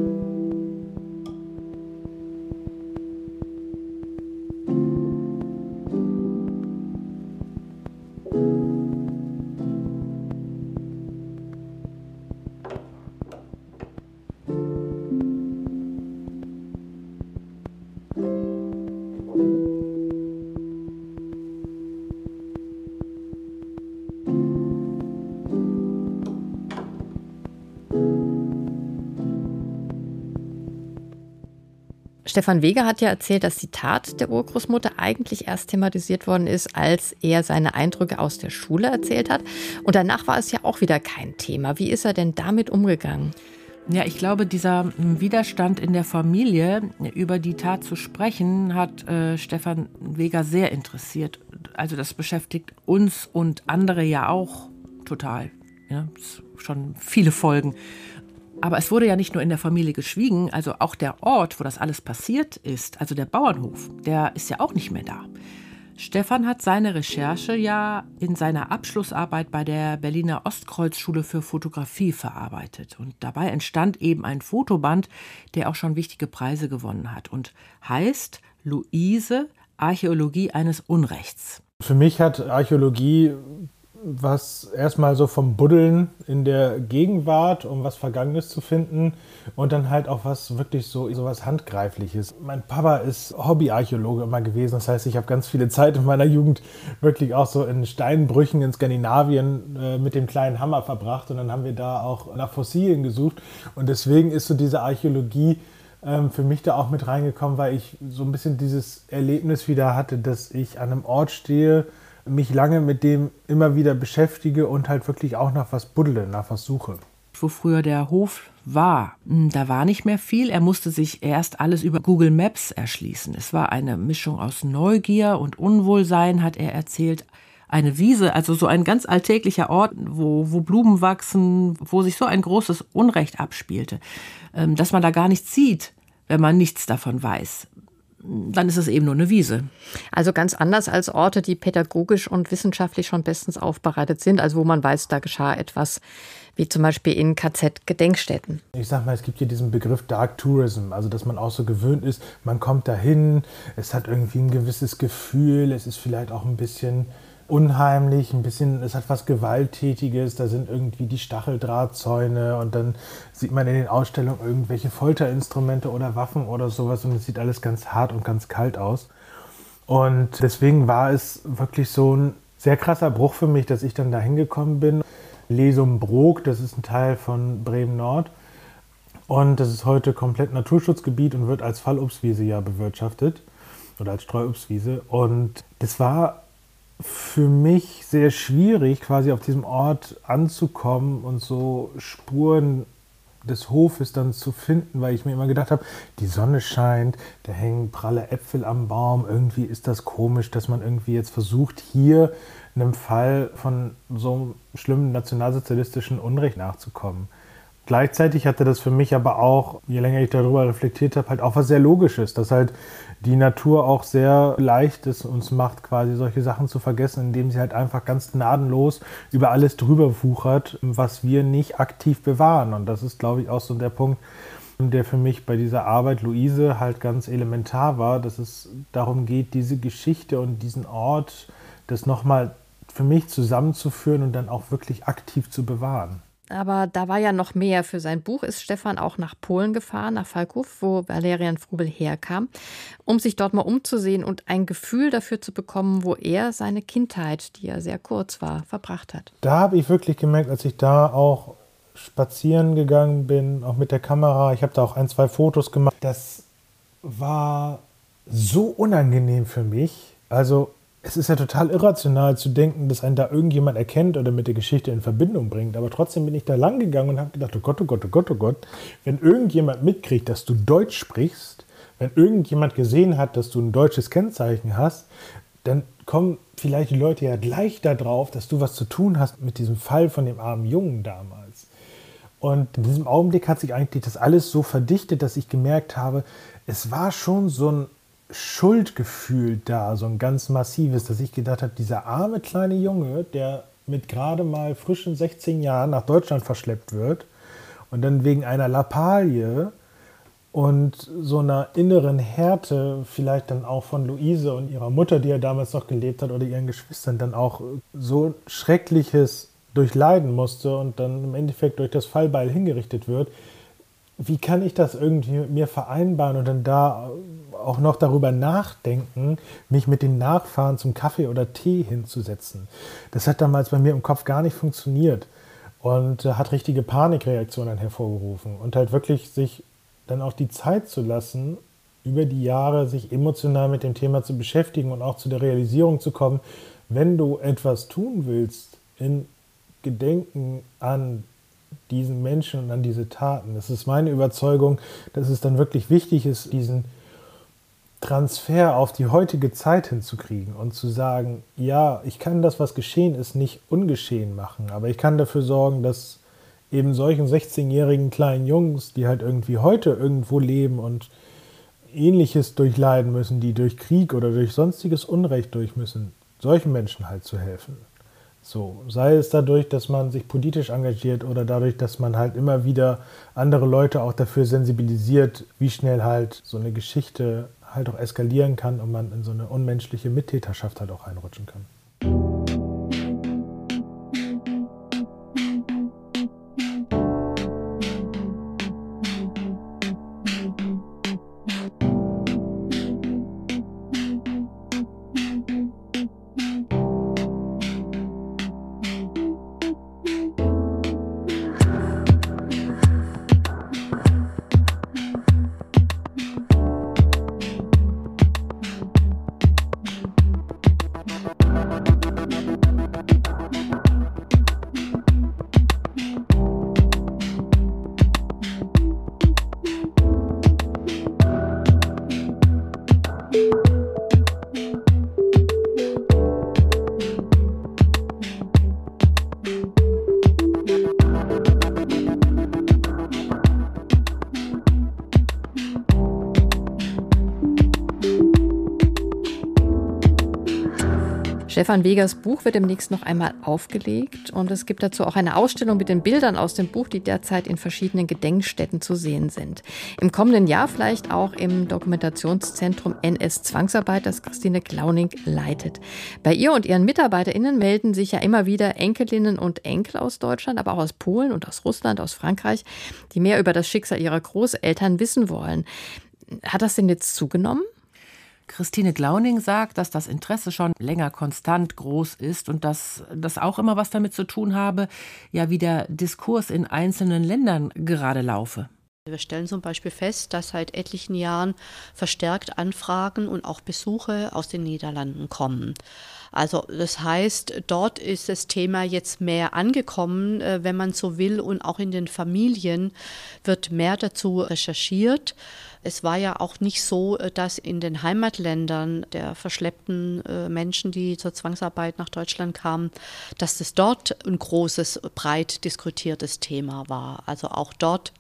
Stefan Weger hat ja erzählt, dass die Tat der Urgroßmutter eigentlich erst thematisiert worden ist, als er seine Eindrücke aus der Schule erzählt hat. Und danach war es ja auch wieder kein Thema. Wie ist er denn damit umgegangen? Ja, ich glaube, dieser Widerstand in der Familie, über die Tat zu sprechen, hat äh, Stefan Weger sehr interessiert. Also das beschäftigt uns und andere ja auch total. Ja, schon viele Folgen. Aber es wurde ja nicht nur in der Familie geschwiegen, also auch der Ort, wo das alles passiert ist, also der Bauernhof, der ist ja auch nicht mehr da. Stefan hat seine Recherche ja in seiner Abschlussarbeit bei der Berliner Ostkreuzschule für Fotografie verarbeitet. Und dabei entstand eben ein Fotoband, der auch schon wichtige Preise gewonnen hat und heißt Luise, Archäologie eines Unrechts. Für mich hat Archäologie was erstmal so vom Buddeln in der Gegenwart, um was Vergangenes zu finden und dann halt auch was wirklich so, so was Handgreifliches. Mein Papa ist Hobbyarchäologe immer gewesen, das heißt, ich habe ganz viele Zeit in meiner Jugend wirklich auch so in Steinbrüchen in Skandinavien äh, mit dem kleinen Hammer verbracht und dann haben wir da auch nach Fossilien gesucht und deswegen ist so diese Archäologie ähm, für mich da auch mit reingekommen, weil ich so ein bisschen dieses Erlebnis wieder hatte, dass ich an einem Ort stehe, mich lange mit dem immer wieder beschäftige und halt wirklich auch nach was buddle, nach was suche. Wo früher der Hof war, da war nicht mehr viel. Er musste sich erst alles über Google Maps erschließen. Es war eine Mischung aus Neugier und Unwohlsein, hat er erzählt. Eine Wiese, also so ein ganz alltäglicher Ort, wo, wo Blumen wachsen, wo sich so ein großes Unrecht abspielte, dass man da gar nichts sieht, wenn man nichts davon weiß. Dann ist es eben nur eine Wiese. Also ganz anders als Orte, die pädagogisch und wissenschaftlich schon bestens aufbereitet sind, also wo man weiß, da geschah etwas, wie zum Beispiel in K Z-Gedenkstätten. Ich sag mal, es gibt hier diesen Begriff Dark Tourism, also dass man auch so gewöhnt ist, man kommt dahin, es hat irgendwie ein gewisses Gefühl, es ist vielleicht auch ein bisschen unheimlich, ein bisschen, es hat was Gewalttätiges, da sind irgendwie die Stacheldrahtzäune und dann sieht man in den Ausstellungen irgendwelche Folterinstrumente oder Waffen oder sowas und es sieht alles ganz hart und ganz kalt aus. Und deswegen war es wirklich so ein sehr krasser Bruch für mich, dass ich dann da hingekommen bin. Lesum-Brok, das ist ein Teil von Bremen-Nord und das ist heute komplett Naturschutzgebiet und wird als Fallobstwiese ja bewirtschaftet oder als Streuobstwiese und das war für mich sehr schwierig, quasi auf diesem Ort anzukommen und so Spuren des Hofes dann zu finden, weil ich mir immer gedacht habe, die Sonne scheint, da hängen pralle Äpfel am Baum, irgendwie ist das komisch, dass man irgendwie jetzt versucht, hier einem Fall von so einem schlimmen nationalsozialistischen Unrecht nachzukommen. Gleichzeitig hatte das für mich aber auch, je länger ich darüber reflektiert habe, halt auch was sehr Logisches, dass halt die Natur auch sehr leicht es uns macht, quasi solche Sachen zu vergessen, indem sie halt einfach ganz gnadenlos über alles drüber wuchert, was wir nicht aktiv bewahren. Und das ist, glaube ich, auch so der Punkt, der für mich bei dieser Arbeit Luise halt ganz elementar war, dass es darum geht, diese Geschichte und diesen Ort, das nochmal für mich zusammenzuführen und dann auch wirklich aktiv zu bewahren. Aber da war ja noch mehr. Für sein Buch ist Stefan auch nach Polen gefahren, nach Falków, wo Valerian Wrubel herkam, um sich dort mal umzusehen und ein Gefühl dafür zu bekommen, wo er seine Kindheit, die ja sehr kurz war, verbracht hat. Da habe ich wirklich gemerkt, als ich da auch spazieren gegangen bin, auch mit der Kamera, ich habe da auch ein, zwei Fotos gemacht, das war so unangenehm für mich. Also es ist ja total irrational zu denken, dass einen da irgendjemand erkennt oder mit der Geschichte in Verbindung bringt. Aber trotzdem bin ich da lang gegangen und habe gedacht, oh Gott, oh Gott, oh Gott, oh Gott, wenn irgendjemand mitkriegt, dass du Deutsch sprichst, wenn irgendjemand gesehen hat, dass du ein deutsches Kennzeichen hast, dann kommen vielleicht die Leute ja gleich darauf, dass du was zu tun hast mit diesem Fall von dem armen Jungen damals. Und in diesem Augenblick hat sich eigentlich das alles so verdichtet, dass ich gemerkt habe, es war schon so ein Schuldgefühl da, so ein ganz massives, dass ich gedacht habe, dieser arme kleine Junge, der mit gerade mal frischen sechzehn Jahren nach Deutschland verschleppt wird und dann wegen einer Lappalie und so einer inneren Härte vielleicht dann auch von Luise und ihrer Mutter, die ja damals noch gelebt hat, oder ihren Geschwistern dann auch so Schreckliches durchleiden musste und dann im Endeffekt durch das Fallbeil hingerichtet wird. Wie kann ich das irgendwie mit mir vereinbaren und dann da auch noch darüber nachdenken, mich mit den Nachfahren zum Kaffee oder Tee hinzusetzen? Das hat damals bei mir im Kopf gar nicht funktioniert und hat richtige Panikreaktionen hervorgerufen und halt wirklich sich dann auch die Zeit zu lassen, über die Jahre sich emotional mit dem Thema zu beschäftigen und auch zu der Realisierung zu kommen, wenn du etwas tun willst in Gedenken an diesen Menschen und an diese Taten. Das ist meine Überzeugung, dass es dann wirklich wichtig ist, diesen Transfer auf die heutige Zeit hinzukriegen und zu sagen, ja, ich kann das, was geschehen ist, nicht ungeschehen machen, aber ich kann dafür sorgen, dass eben solchen sechzehnjährigen kleinen Jungs, die halt irgendwie heute irgendwo leben und Ähnliches durchleiden müssen, die durch Krieg oder durch sonstiges Unrecht durch müssen, solchen Menschen halt zu helfen. So, sei es dadurch, dass man sich politisch engagiert oder dadurch, dass man halt immer wieder andere Leute auch dafür sensibilisiert, wie schnell halt so eine Geschichte halt auch eskalieren kann und man in so eine unmenschliche Mittäterschaft halt auch reinrutschen kann. Stefan Wegers Buch wird demnächst noch einmal aufgelegt und es gibt dazu auch eine Ausstellung mit den Bildern aus dem Buch, die derzeit in verschiedenen Gedenkstätten zu sehen sind. Im kommenden Jahr vielleicht auch im Dokumentationszentrum N S-Zwangsarbeit, das Christine Glauning leitet. Bei ihr und ihren MitarbeiterInnen melden sich ja immer wieder Enkelinnen und Enkel aus Deutschland, aber auch aus Polen und aus Russland, aus Frankreich, die mehr über das Schicksal ihrer Großeltern wissen wollen. Hat das denn jetzt zugenommen? Christine Glauning sagt, dass das Interesse schon länger konstant groß ist und dass das auch immer was damit zu tun habe, ja, wie der Diskurs in einzelnen Ländern gerade laufe. Wir stellen zum Beispiel fest, dass seit etlichen Jahren verstärkt Anfragen und auch Besuche aus den Niederlanden kommen. Also das heißt, dort ist das Thema jetzt mehr angekommen, wenn man so will, und auch in den Familien wird mehr dazu recherchiert. Es war ja auch nicht so, dass in den Heimatländern der verschleppten Menschen, die zur Zwangsarbeit nach Deutschland kamen, dass das dort ein großes, breit diskutiertes Thema war. Also auch dort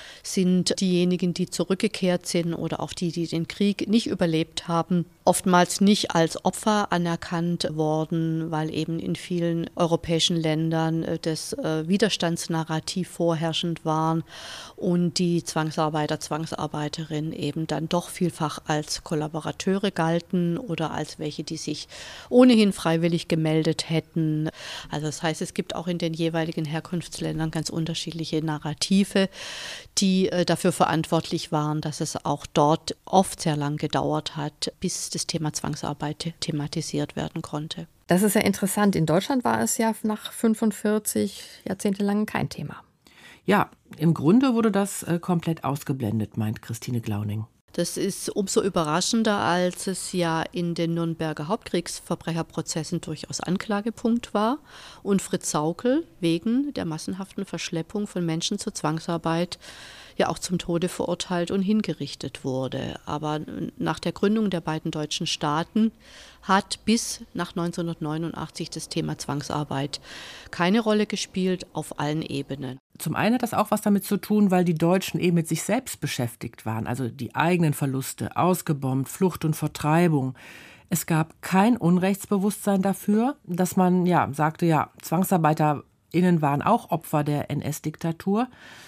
sind diejenigen, die zurückgekehrt sind oder auch die, die den Krieg nicht überlebt haben, oftmals nicht als Opfer anerkannt worden, weil eben in vielen europäischen Ländern das Widerstandsnarrativ vorherrschend war und die Zwangsarbeiter, Zwangsarbeiterinnen eben dann doch vielfach als Kollaborateure galten oder als welche, die sich ohnehin freiwillig gemeldet hätten. Also das heißt, es gibt auch in den jeweiligen Herkunftsländern ganz unterschiedliche Narrative, die dafür verantwortlich waren, dass es auch dort oft sehr lang gedauert hat, bis das Thema Zwangsarbeit thematisiert werden konnte. Das ist ja interessant. In Deutschland war es ja nach fünfundvierzig jahrzehntelang kein Thema. Ja, im Grunde wurde das äh, komplett ausgeblendet, meint Christine Glauning. Das ist umso überraschender, als es ja in den Nürnberger Hauptkriegsverbrecherprozessen durchaus Anklagepunkt war und Fritz Sauckel wegen der massenhaften Verschleppung von Menschen zur Zwangsarbeit ja auch zum Tode verurteilt und hingerichtet wurde. Aber nach der Gründung der beiden deutschen Staaten hat bis nach neunzehnhundertneunundachtzig das Thema Zwangsarbeit keine Rolle gespielt auf allen Ebenen. Zum einen hat das auch was damit zu tun, weil die Deutschen eben mit sich selbst beschäftigt waren, also die eigenen Verluste, ausgebombt, Flucht und Vertreibung. Es gab kein Unrechtsbewusstsein dafür, dass man ja sagte, ja, ZwangsarbeiterInnen waren auch Opfer der N S-Diktatur.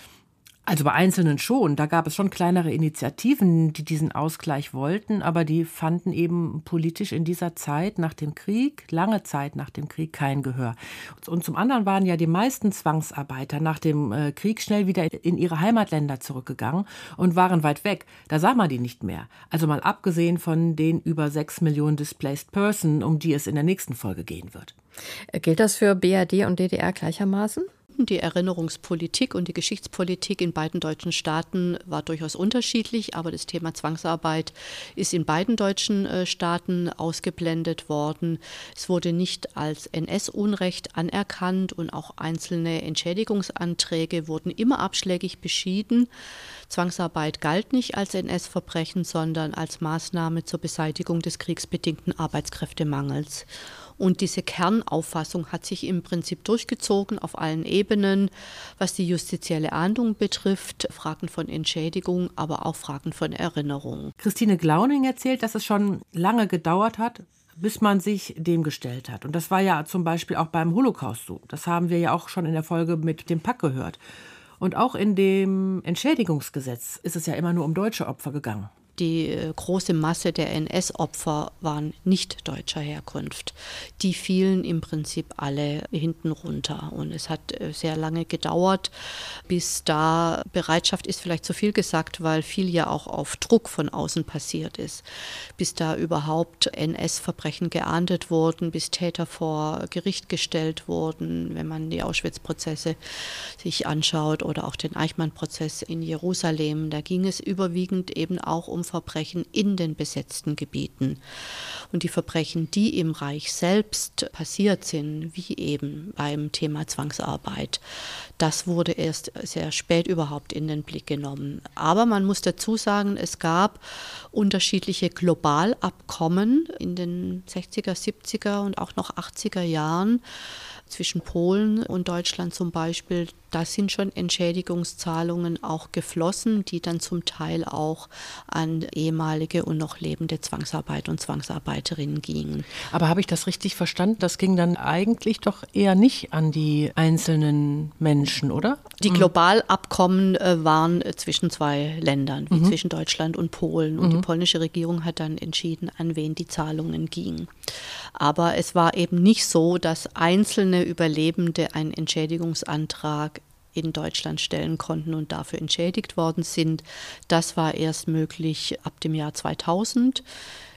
Also bei Einzelnen schon, da gab es schon kleinere Initiativen, die diesen Ausgleich wollten, aber die fanden eben politisch in dieser Zeit nach dem Krieg, lange Zeit nach dem Krieg, kein Gehör. Und zum anderen waren ja die meisten Zwangsarbeiter nach dem Krieg schnell wieder in ihre Heimatländer zurückgegangen und waren weit weg. Da sah man die nicht mehr. Also mal abgesehen von den über sechs Millionen Displaced Person, um die es in der nächsten Folge gehen wird. Gilt das für B R D und D D R gleichermaßen? Die Erinnerungspolitik und die Geschichtspolitik in beiden deutschen Staaten war durchaus unterschiedlich, aber das Thema Zwangsarbeit ist in beiden deutschen äh, Staaten ausgeblendet worden. Es wurde nicht als N S-Unrecht anerkannt und auch einzelne Entschädigungsanträge wurden immer abschlägig beschieden. Zwangsarbeit galt nicht als N S-Verbrechen, sondern als Maßnahme zur Beseitigung des kriegsbedingten Arbeitskräftemangels. Und diese Kernauffassung hat sich im Prinzip durchgezogen auf allen Ebenen, was die justizielle Ahndung betrifft, Fragen von Entschädigung, aber auch Fragen von Erinnerung. Christine Glauning erzählt, dass es schon lange gedauert hat, bis man sich dem gestellt hat. Und das war ja zum Beispiel auch beim Holocaust so. Das haben wir ja auch schon in der Folge mit dem Pack gehört. Und auch in dem Entschädigungsgesetz ist es ja immer nur um deutsche Opfer gegangen. Die große Masse der N S-Opfer waren nicht deutscher Herkunft. Die fielen im Prinzip alle hinten runter. Und es hat sehr lange gedauert, bis da Bereitschaft ist vielleicht zu viel gesagt, weil viel ja auch auf Druck von außen passiert ist. Bis da überhaupt N S-Verbrechen geahndet wurden, bis Täter vor Gericht gestellt wurden, wenn man die Auschwitz-Prozesse sich anschaut oder auch den Eichmann-Prozess in Jerusalem. Da ging es überwiegend eben auch um Verbrechen in den besetzten Gebieten. Und die Verbrechen, die im Reich selbst passiert sind, wie eben beim Thema Zwangsarbeit, das wurde erst sehr spät überhaupt in den Blick genommen. Aber man muss dazu sagen, es gab unterschiedliche Globalabkommen in den sechziger, siebziger und auch noch achtziger Jahren zwischen Polen und Deutschland zum Beispiel. Da sind schon Entschädigungszahlungen auch geflossen, die dann zum Teil auch an ehemalige und noch lebende Zwangsarbeit und Zwangsarbeiterinnen gingen. Aber habe ich das richtig verstanden? Das ging dann eigentlich doch eher nicht an die einzelnen Menschen, oder? Die Globalabkommen äh, waren äh, zwischen zwei Ländern, wie mhm. zwischen Deutschland und Polen. Und mhm. die polnische Regierung hat dann entschieden, an wen die Zahlungen gingen. Aber es war eben nicht so, dass einzelne Überlebende einen Entschädigungsantrag in Deutschland stellen konnten und dafür entschädigt worden sind. Das war erst möglich ab dem Jahr zweitausend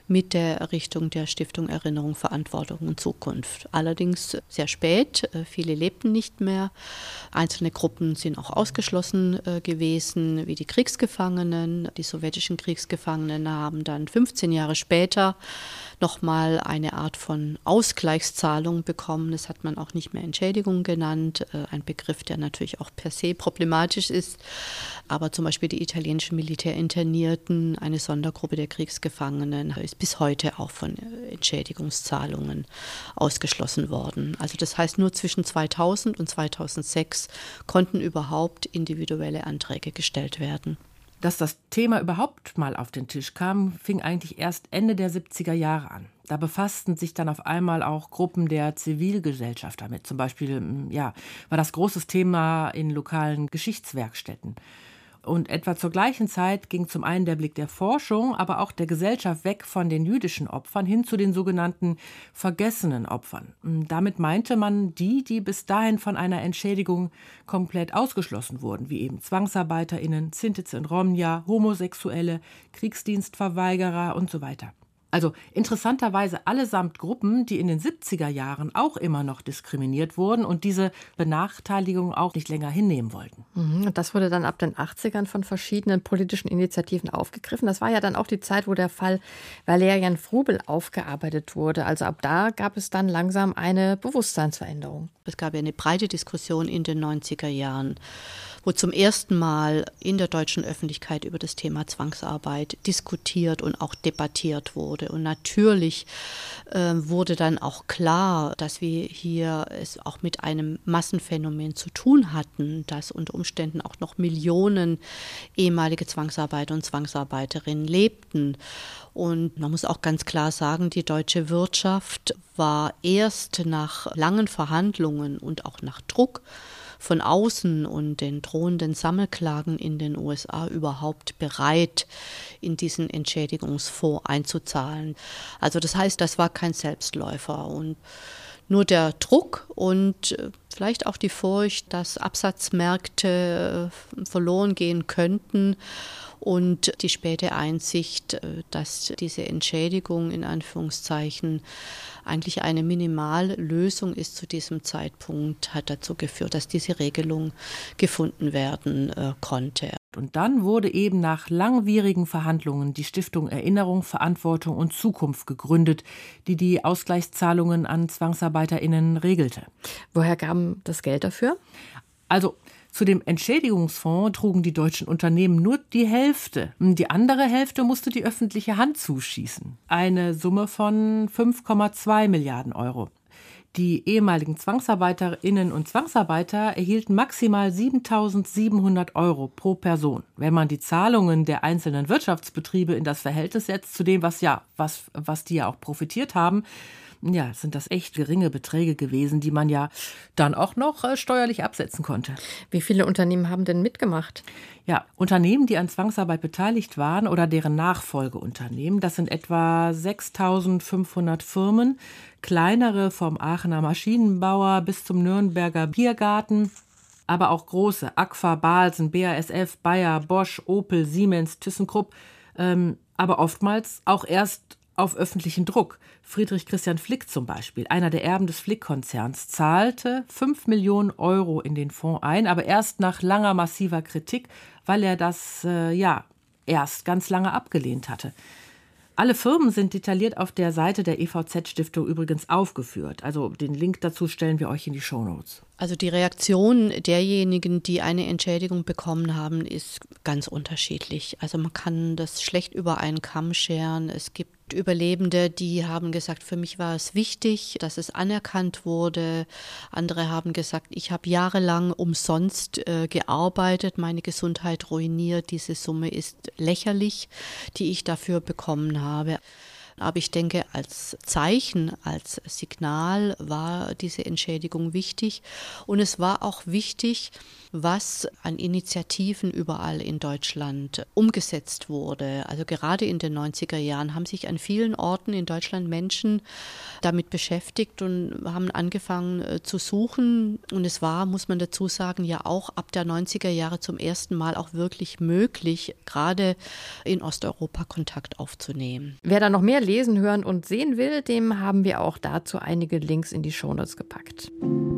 mit der Errichtung der Stiftung Erinnerung, Verantwortung und Zukunft. Allerdings sehr spät, viele lebten nicht mehr. Einzelne Gruppen sind auch ausgeschlossen gewesen, wie die Kriegsgefangenen. Die sowjetischen Kriegsgefangenen haben dann fünfzehn Jahre später nochmal eine Art von Ausgleichszahlung bekommen. Das hat man auch nicht mehr Entschädigung genannt, ein Begriff, der natürlich auch per se problematisch ist. Aber zum Beispiel die italienischen Militärinternierten, eine Sondergruppe der Kriegsgefangenen, ist bis heute auch von Entschädigungszahlungen ausgeschlossen worden. Also das heißt, nur zwischen zweitausend und zweitausendsechs konnten überhaupt individuelle Anträge gestellt werden. Dass das Thema überhaupt mal auf den Tisch kam, fing eigentlich erst Ende der siebziger Jahre an. Da befassten sich dann auf einmal auch Gruppen der Zivilgesellschaft damit. Zum Beispiel ja, war das großes Thema in lokalen Geschichtswerkstätten. Und etwa zur gleichen Zeit ging zum einen der Blick der Forschung, aber auch der Gesellschaft weg von den jüdischen Opfern hin zu den sogenannten vergessenen Opfern. Damit meinte man die, die bis dahin von einer Entschädigung komplett ausgeschlossen wurden, wie eben ZwangsarbeiterInnen, Sintize und Romja, Homosexuelle, Kriegsdienstverweigerer und so weiter. Also interessanterweise allesamt Gruppen, die in den siebziger Jahren auch immer noch diskriminiert wurden und diese Benachteiligung auch nicht länger hinnehmen wollten. Und das wurde dann ab den achtzigern von verschiedenen politischen Initiativen aufgegriffen. Das war ja dann auch die Zeit, wo der Fall Valerian Wrubel aufgearbeitet wurde. Also ab da gab es dann langsam eine Bewusstseinsveränderung. Es gab ja eine breite Diskussion in den neunziger Jahren, wo zum ersten Mal in der deutschen Öffentlichkeit über das Thema Zwangsarbeit diskutiert und auch debattiert wurde. Und natürlich äh, wurde dann auch klar, dass wir hier es auch mit einem Massenphänomen zu tun hatten, dass unter Umständen auch noch Millionen ehemalige Zwangsarbeiter und Zwangsarbeiterinnen lebten. Und man muss auch ganz klar sagen, die deutsche Wirtschaft war erst nach langen Verhandlungen und auch nach Druck von außen und den drohenden Sammelklagen in den U S A überhaupt bereit, in diesen Entschädigungsfonds einzuzahlen. Also das heißt, das war kein Selbstläufer. Und nur der Druck und vielleicht auch die Furcht, dass Absatzmärkte verloren gehen könnten und die späte Einsicht, dass diese Entschädigung in Anführungszeichen eigentlich eine Minimallösung ist zu diesem Zeitpunkt, hat dazu geführt, dass diese Regelung gefunden werden äh, konnte. Und dann wurde eben nach langwierigen Verhandlungen die Stiftung Erinnerung, Verantwortung und Zukunft gegründet, die die Ausgleichszahlungen an ZwangsarbeiterInnen regelte. Woher kam das Geld dafür? Also zu dem Entschädigungsfonds trugen die deutschen Unternehmen nur die Hälfte. Die andere Hälfte musste die öffentliche Hand zuschießen. Eine Summe von fünf Komma zwei Milliarden Euro. Die ehemaligen ZwangsarbeiterInnen und Zwangsarbeiter erhielten maximal siebentausendsiebenhundert Euro pro Person. Wenn man die Zahlungen der einzelnen Wirtschaftsbetriebe in das Verhältnis setzt zu dem, was ja, was, was die ja auch profitiert haben, ja, sind das echt geringe Beträge gewesen, die man ja dann auch noch äh, steuerlich absetzen konnte. Wie viele Unternehmen haben denn mitgemacht? Ja, Unternehmen, die an Zwangsarbeit beteiligt waren oder deren Nachfolgeunternehmen, das sind etwa sechstausendfünfhundert Firmen, kleinere vom Aachener Maschinenbauer bis zum Nürnberger Biergarten, aber auch große, Agfa, Balsen, B A S F, Bayer, Bosch, Opel, Siemens, ThyssenKrupp, ähm, aber oftmals auch erst auf öffentlichen Druck. Friedrich Christian Flick zum Beispiel, einer der Erben des Flick-Konzerns, zahlte fünf Millionen Euro in den Fonds ein, aber erst nach langer massiver Kritik, weil er das äh, ja erst ganz lange abgelehnt hatte. Alle Firmen sind detailliert auf der Seite der E V Z-Stiftung übrigens aufgeführt. Also den Link dazu stellen wir euch in die Shownotes. Also die Reaktion derjenigen, die eine Entschädigung bekommen haben, ist ganz unterschiedlich. Also man kann das schlecht über einen Kamm scheren. Es gibt Überlebende, die haben gesagt, für mich war es wichtig, dass es anerkannt wurde. Andere haben gesagt, ich habe jahrelang umsonst äh, gearbeitet, meine Gesundheit ruiniert. Diese Summe ist lächerlich, die ich dafür bekommen habe. Aber ich denke, als Zeichen, als Signal war diese Entschädigung wichtig. Und es war auch wichtig, was an Initiativen überall in Deutschland umgesetzt wurde. Also gerade in den neunziger Jahren haben sich an vielen Orten in Deutschland Menschen damit beschäftigt und haben angefangen äh, zu suchen. Und es war, muss man dazu sagen, ja auch ab der neunziger Jahre zum ersten Mal auch wirklich möglich, gerade in Osteuropa Kontakt aufzunehmen. Wer da noch mehr lesen, hören und sehen will, dem haben wir auch dazu einige Links in die Shownotes gepackt.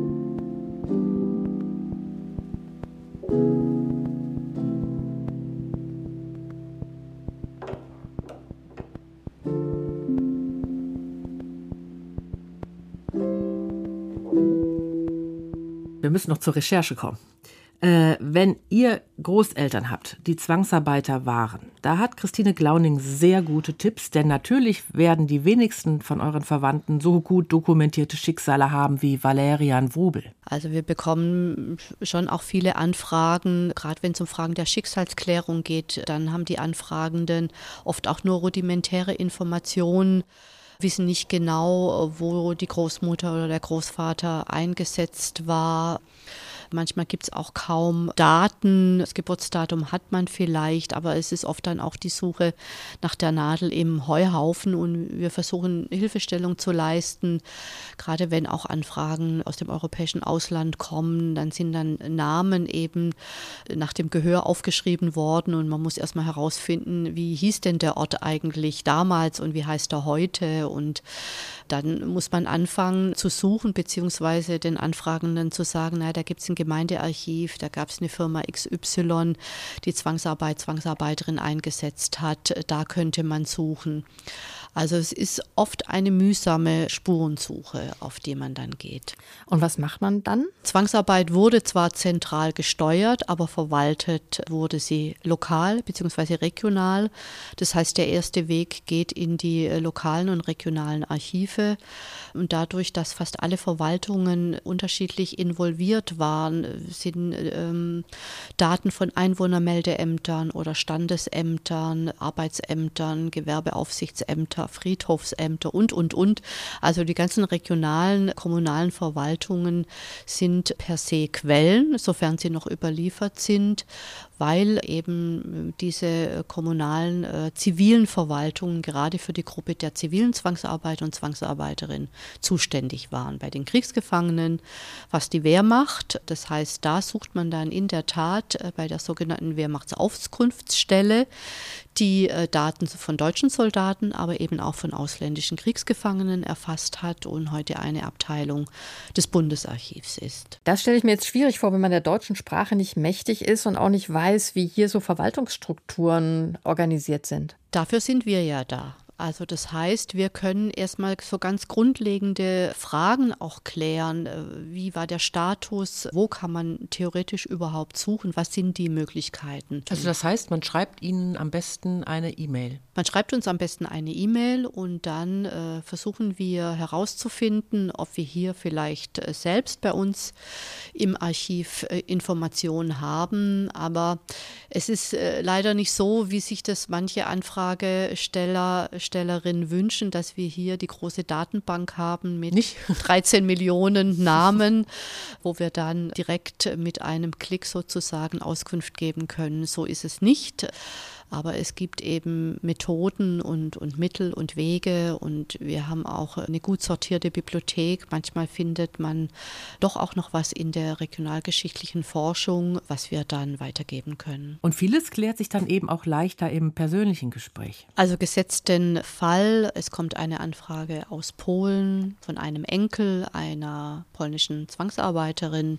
Wir müssen noch zur Recherche kommen. Äh, wenn ihr Großeltern habt, die Zwangsarbeiter waren, da hat Christine Glauning sehr gute Tipps, denn natürlich werden die wenigsten von euren Verwandten so gut dokumentierte Schicksale haben wie Valerian Wrubel. Also wir bekommen schon auch viele Anfragen, gerade wenn es um Fragen der Schicksalsklärung geht, dann haben die Anfragenden oft auch nur rudimentäre Informationen, wissen nicht genau, wo die Großmutter oder der Großvater eingesetzt war. Manchmal gibt es auch kaum Daten. Das Geburtsdatum hat man vielleicht, aber es ist oft dann auch die Suche nach der Nadel im Heuhaufen und wir versuchen Hilfestellung zu leisten. Gerade wenn auch Anfragen aus dem europäischen Ausland kommen, dann sind dann Namen eben nach dem Gehör aufgeschrieben worden und man muss erstmal herausfinden, wie hieß denn der Ort eigentlich damals und wie heißt er heute, und dann muss man anfangen zu suchen, beziehungsweise den Anfragenden zu sagen, na, da gibt es ein Gemeindearchiv, da gab es eine Firma X Y, die Zwangsarbeit, Zwangsarbeiterin eingesetzt hat, da könnte man suchen. Also es ist oft eine mühsame Spurensuche, auf die man dann geht. Und was macht man dann? Zwangsarbeit wurde zwar zentral gesteuert, aber verwaltet wurde sie lokal bzw. regional. Das heißt, der erste Weg geht in die lokalen und regionalen Archive. Und dadurch, dass fast alle Verwaltungen unterschiedlich involviert waren, sind ähm, Daten von Einwohnermeldeämtern oder Standesämtern, Arbeitsämtern, Gewerbeaufsichtsämtern, Friedhofsämter und, und, und. Also die ganzen regionalen, kommunalen Verwaltungen sind per se Quellen, sofern sie noch überliefert sind, weil eben diese kommunalen äh, zivilen Verwaltungen gerade für die Gruppe der zivilen Zwangsarbeiter und Zwangsarbeiterinnen zuständig waren. Bei den Kriegsgefangenen, was die Wehrmacht, das heißt, da sucht man dann in der Tat äh, bei der sogenannten Wehrmachtsauskunftsstelle die äh, Daten von deutschen Soldaten, aber eben auch von ausländischen Kriegsgefangenen erfasst hat und heute eine Abteilung des Bundesarchivs ist. Das stelle ich mir jetzt schwierig vor, wenn man der deutschen Sprache nicht mächtig ist und auch nicht weiß, wie hier so Verwaltungsstrukturen organisiert sind. Dafür sind wir ja da. Also das heißt, wir können erstmal so ganz grundlegende Fragen auch klären. Wie war der Status? Wo kann man theoretisch überhaupt suchen? Was sind die Möglichkeiten? Also das heißt, man schreibt Ihnen am besten eine E-Mail. Man schreibt uns am besten eine E-Mail und dann äh, versuchen wir herauszufinden, ob wir hier vielleicht äh, selbst bei uns im Archiv äh, Informationen haben. Aber es ist äh, leider nicht so, wie sich das manche Anfragesteller Stellerinnen wünschen, dass wir hier die große Datenbank haben mit Nicht? dreizehn Millionen Namen, wo wir dann direkt mit einem Klick sozusagen Auskunft geben können. So ist es nicht. Aber es gibt eben Methoden und, und Mittel und Wege und wir haben auch eine gut sortierte Bibliothek. Manchmal findet man doch auch noch was in der regionalgeschichtlichen Forschung, was wir dann weitergeben können. Und vieles klärt sich dann eben auch leichter im persönlichen Gespräch. Also gesetzt den Fall, es kommt eine Anfrage aus Polen von einem Enkel einer polnischen Zwangsarbeiterin,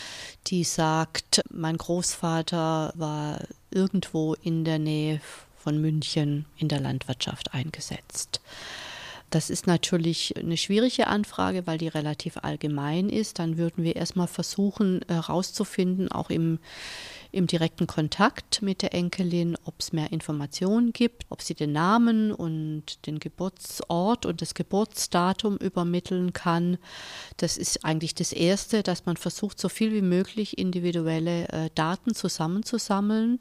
die sagt, mein Großvater war irgendwo in der Nähe von München in der Landwirtschaft eingesetzt. Das ist natürlich eine schwierige Anfrage, weil die relativ allgemein ist. Dann würden wir erstmal versuchen herauszufinden, auch im, im direkten Kontakt mit der Enkelin, ob es mehr Informationen gibt, ob sie den Namen und den Geburtsort und das Geburtsdatum übermitteln kann. Das ist eigentlich das Erste, dass man versucht, so viel wie möglich individuelle äh, Daten zusammenzusammeln.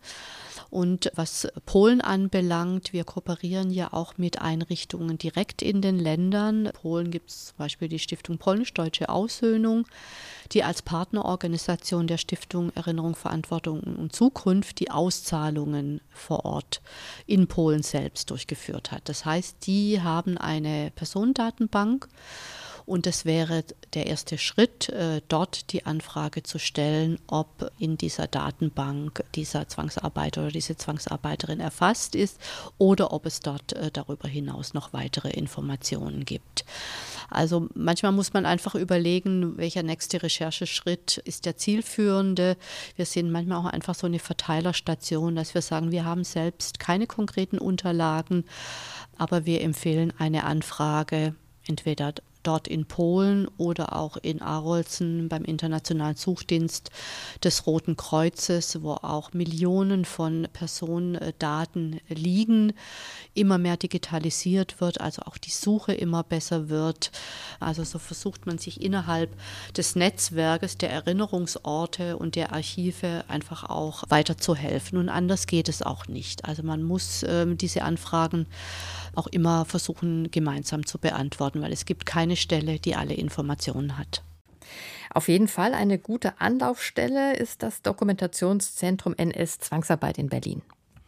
Und was Polen anbelangt, wir kooperieren ja auch mit Einrichtungen direkt in den Ländern. In Polen gibt es zum Beispiel die Stiftung Polnisch-Deutsche Aussöhnung, die als Partnerorganisation der Stiftung Erinnerung, Verantwortung und Zukunft die Auszahlungen vor Ort in Polen selbst durchgeführt hat. Das heißt, die haben eine Personendatenbank Und es wäre der erste Schritt, äh, dort die Anfrage zu stellen, ob in dieser Datenbank dieser Zwangsarbeiter oder diese Zwangsarbeiterin erfasst ist oder ob es dort äh, darüber hinaus noch weitere Informationen gibt. Also manchmal muss man einfach überlegen, welcher nächste Rechercheschritt ist der zielführende. Wir sind manchmal auch einfach so eine Verteilerstation, dass wir sagen, wir haben selbst keine konkreten Unterlagen, aber wir empfehlen eine Anfrage, entweder dort in Polen oder auch in Arolsen beim Internationalen Suchdienst des Roten Kreuzes, wo auch Millionen von Personendaten liegen, immer mehr digitalisiert wird, also auch die Suche immer besser wird. Also so versucht man sich innerhalb des Netzwerkes der Erinnerungsorte und der Archive einfach auch weiterzuhelfen. Und anders geht es auch nicht. Also man muss ähm, diese Anfragen auch immer versuchen, gemeinsam zu beantworten, weil es gibt keine Stelle, die alle Informationen hat. Auf jeden Fall eine gute Anlaufstelle ist das Dokumentationszentrum N S-Zwangsarbeit in Berlin.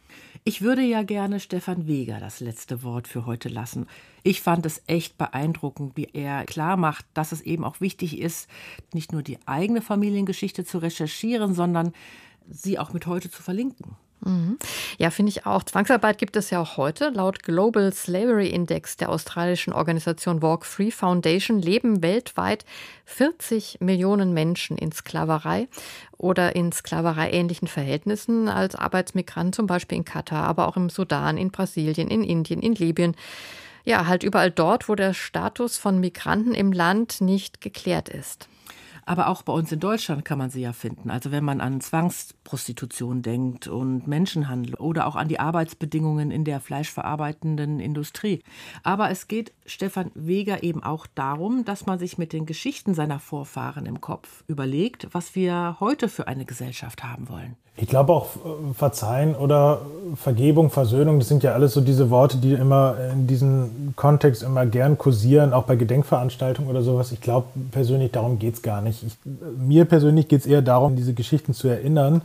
Ich würde ja gerne Stefan Weger das letzte Wort für heute lassen. Ich fand es echt beeindruckend, wie er klar macht, dass es eben auch wichtig ist, nicht nur die eigene Familiengeschichte zu recherchieren, sondern sie auch mit heute zu verlinken. Ja, finde ich auch. Zwangsarbeit gibt es ja auch heute. Laut Global Slavery Index der australischen Organisation Walk Free Foundation leben weltweit vierzig Millionen Menschen in Sklaverei oder in sklavereiähnlichen Verhältnissen als Arbeitsmigranten, zum Beispiel in Katar, aber auch im Sudan, in Brasilien, in Indien, in Libyen. Ja, halt überall dort, wo der Status von Migranten im Land nicht geklärt ist. Aber auch bei uns in Deutschland kann man sie ja finden. Also wenn man an Zwangsprostitution denkt und Menschenhandel oder auch an die Arbeitsbedingungen in der fleischverarbeitenden Industrie. Aber es geht Stefan Weger eben auch darum, dass man sich mit den Geschichten seiner Vorfahren im Kopf überlegt, was wir heute für eine Gesellschaft haben wollen. Ich glaube auch Verzeihen oder Vergebung, Versöhnung, das sind ja alles so diese Worte, die immer in diesem Kontext immer gern kursieren, auch bei Gedenkveranstaltungen oder sowas. Ich glaube persönlich, darum geht es gar nicht. Ich, mir persönlich geht es eher darum, diese Geschichten zu erinnern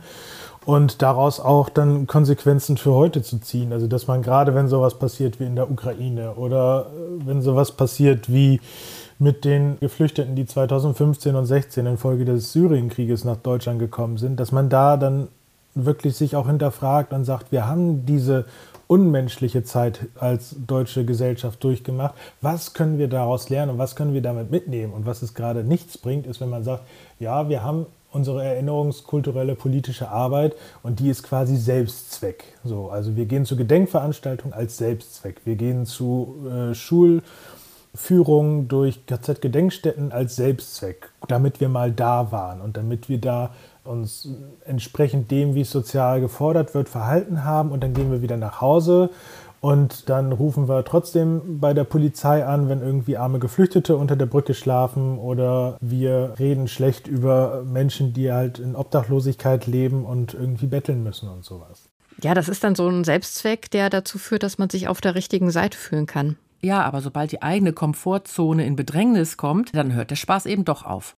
und daraus auch dann Konsequenzen für heute zu ziehen. Also dass man gerade, wenn sowas passiert wie in der Ukraine oder wenn sowas passiert wie mit den Geflüchteten, die zweitausendfünfzehn und sechzehn infolge des Syrienkrieges nach Deutschland gekommen sind, dass man da dann wirklich sich auch hinterfragt und sagt, wir haben diese unmenschliche Zeit als deutsche Gesellschaft durchgemacht. Was können wir daraus lernen und was können wir damit mitnehmen? Und was es gerade nichts bringt, ist, wenn man sagt, ja, wir haben unsere erinnerungskulturelle politische Arbeit und die ist quasi Selbstzweck. So, also wir gehen zu Gedenkveranstaltungen als Selbstzweck. Wir gehen zu äh, Schulführungen durch K Z-Gedenkstätten als Selbstzweck, damit wir mal da waren und damit wir da uns entsprechend dem, wie es sozial gefordert wird, verhalten haben und dann gehen wir wieder nach Hause und dann rufen wir trotzdem bei der Polizei an, wenn irgendwie arme Geflüchtete unter der Brücke schlafen oder wir reden schlecht über Menschen, die halt in Obdachlosigkeit leben und irgendwie betteln müssen und sowas. Ja, das ist dann so ein Selbstzweck, der dazu führt, dass man sich auf der richtigen Seite fühlen kann. Ja, aber sobald die eigene Komfortzone in Bedrängnis kommt, dann hört der Spaß eben doch auf.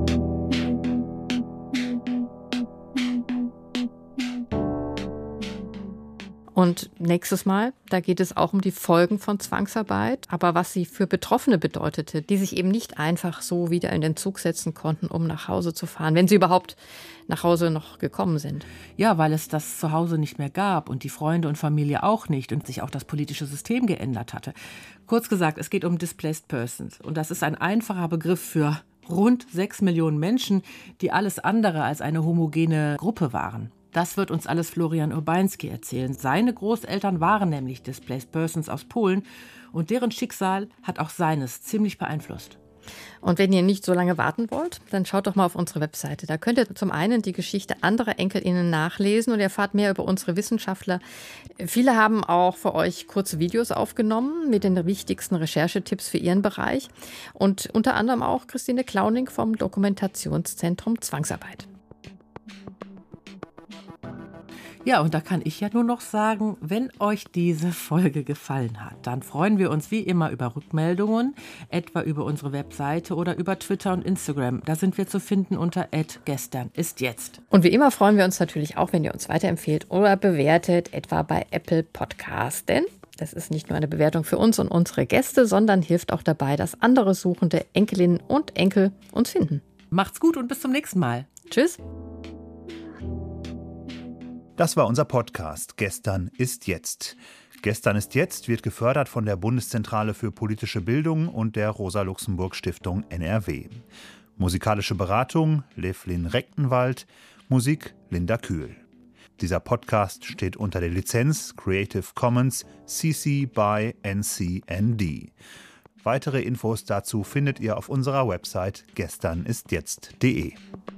Und nächstes Mal, da geht es auch um die Folgen von Zwangsarbeit, aber was sie für Betroffene bedeutete, die sich eben nicht einfach so wieder in den Zug setzen konnten, um nach Hause zu fahren, wenn sie überhaupt nach Hause noch gekommen sind. Ja, weil es das zu Hause nicht mehr gab und die Freunde und Familie auch nicht und sich auch das politische System geändert hatte. Kurz gesagt, es geht um Displaced Persons und das ist ein einfacher Begriff für rund sechs Millionen Menschen, die alles andere als eine homogene Gruppe waren. Das wird uns alles Florian Urbański erzählen. Seine Großeltern waren nämlich Displaced Persons aus Polen und deren Schicksal hat auch seines ziemlich beeinflusst. Und wenn ihr nicht so lange warten wollt, dann schaut doch mal auf unsere Webseite. Da könnt ihr zum einen die Geschichte anderer EnkelInnen nachlesen und erfahrt mehr über unsere Wissenschaftler. Viele haben auch für euch kurze Videos aufgenommen mit den wichtigsten Recherchetipps für ihren Bereich. Und unter anderem auch Christine Klauning vom Dokumentationszentrum Zwangsarbeit. Ja, und da kann ich ja nur noch sagen, wenn euch diese Folge gefallen hat, dann freuen wir uns wie immer über Rückmeldungen, etwa über unsere Webseite oder über Twitter und Instagram. Da sind wir zu finden unter at gestern ist jetzt. Und wie immer freuen wir uns natürlich auch, wenn ihr uns weiterempfehlt oder bewertet, etwa bei Apple Podcast. Denn Das ist nicht nur eine Bewertung für uns und unsere Gäste, sondern hilft auch dabei, dass andere suchende Enkelinnen und Enkel uns finden. Macht's gut und bis zum nächsten Mal. Tschüss. Das war unser Podcast Gestern ist jetzt. Gestern ist jetzt wird gefördert von der Bundeszentrale für politische Bildung und der Rosa-Luxemburg-Stiftung N R W. Musikalische Beratung Livlin Rechtenwald, Musik Linda Kühl. Dieser Podcast steht unter der Lizenz Creative Commons C C by N C N D. Weitere Infos dazu findet ihr auf unserer Website gesternistjetzt punkt de.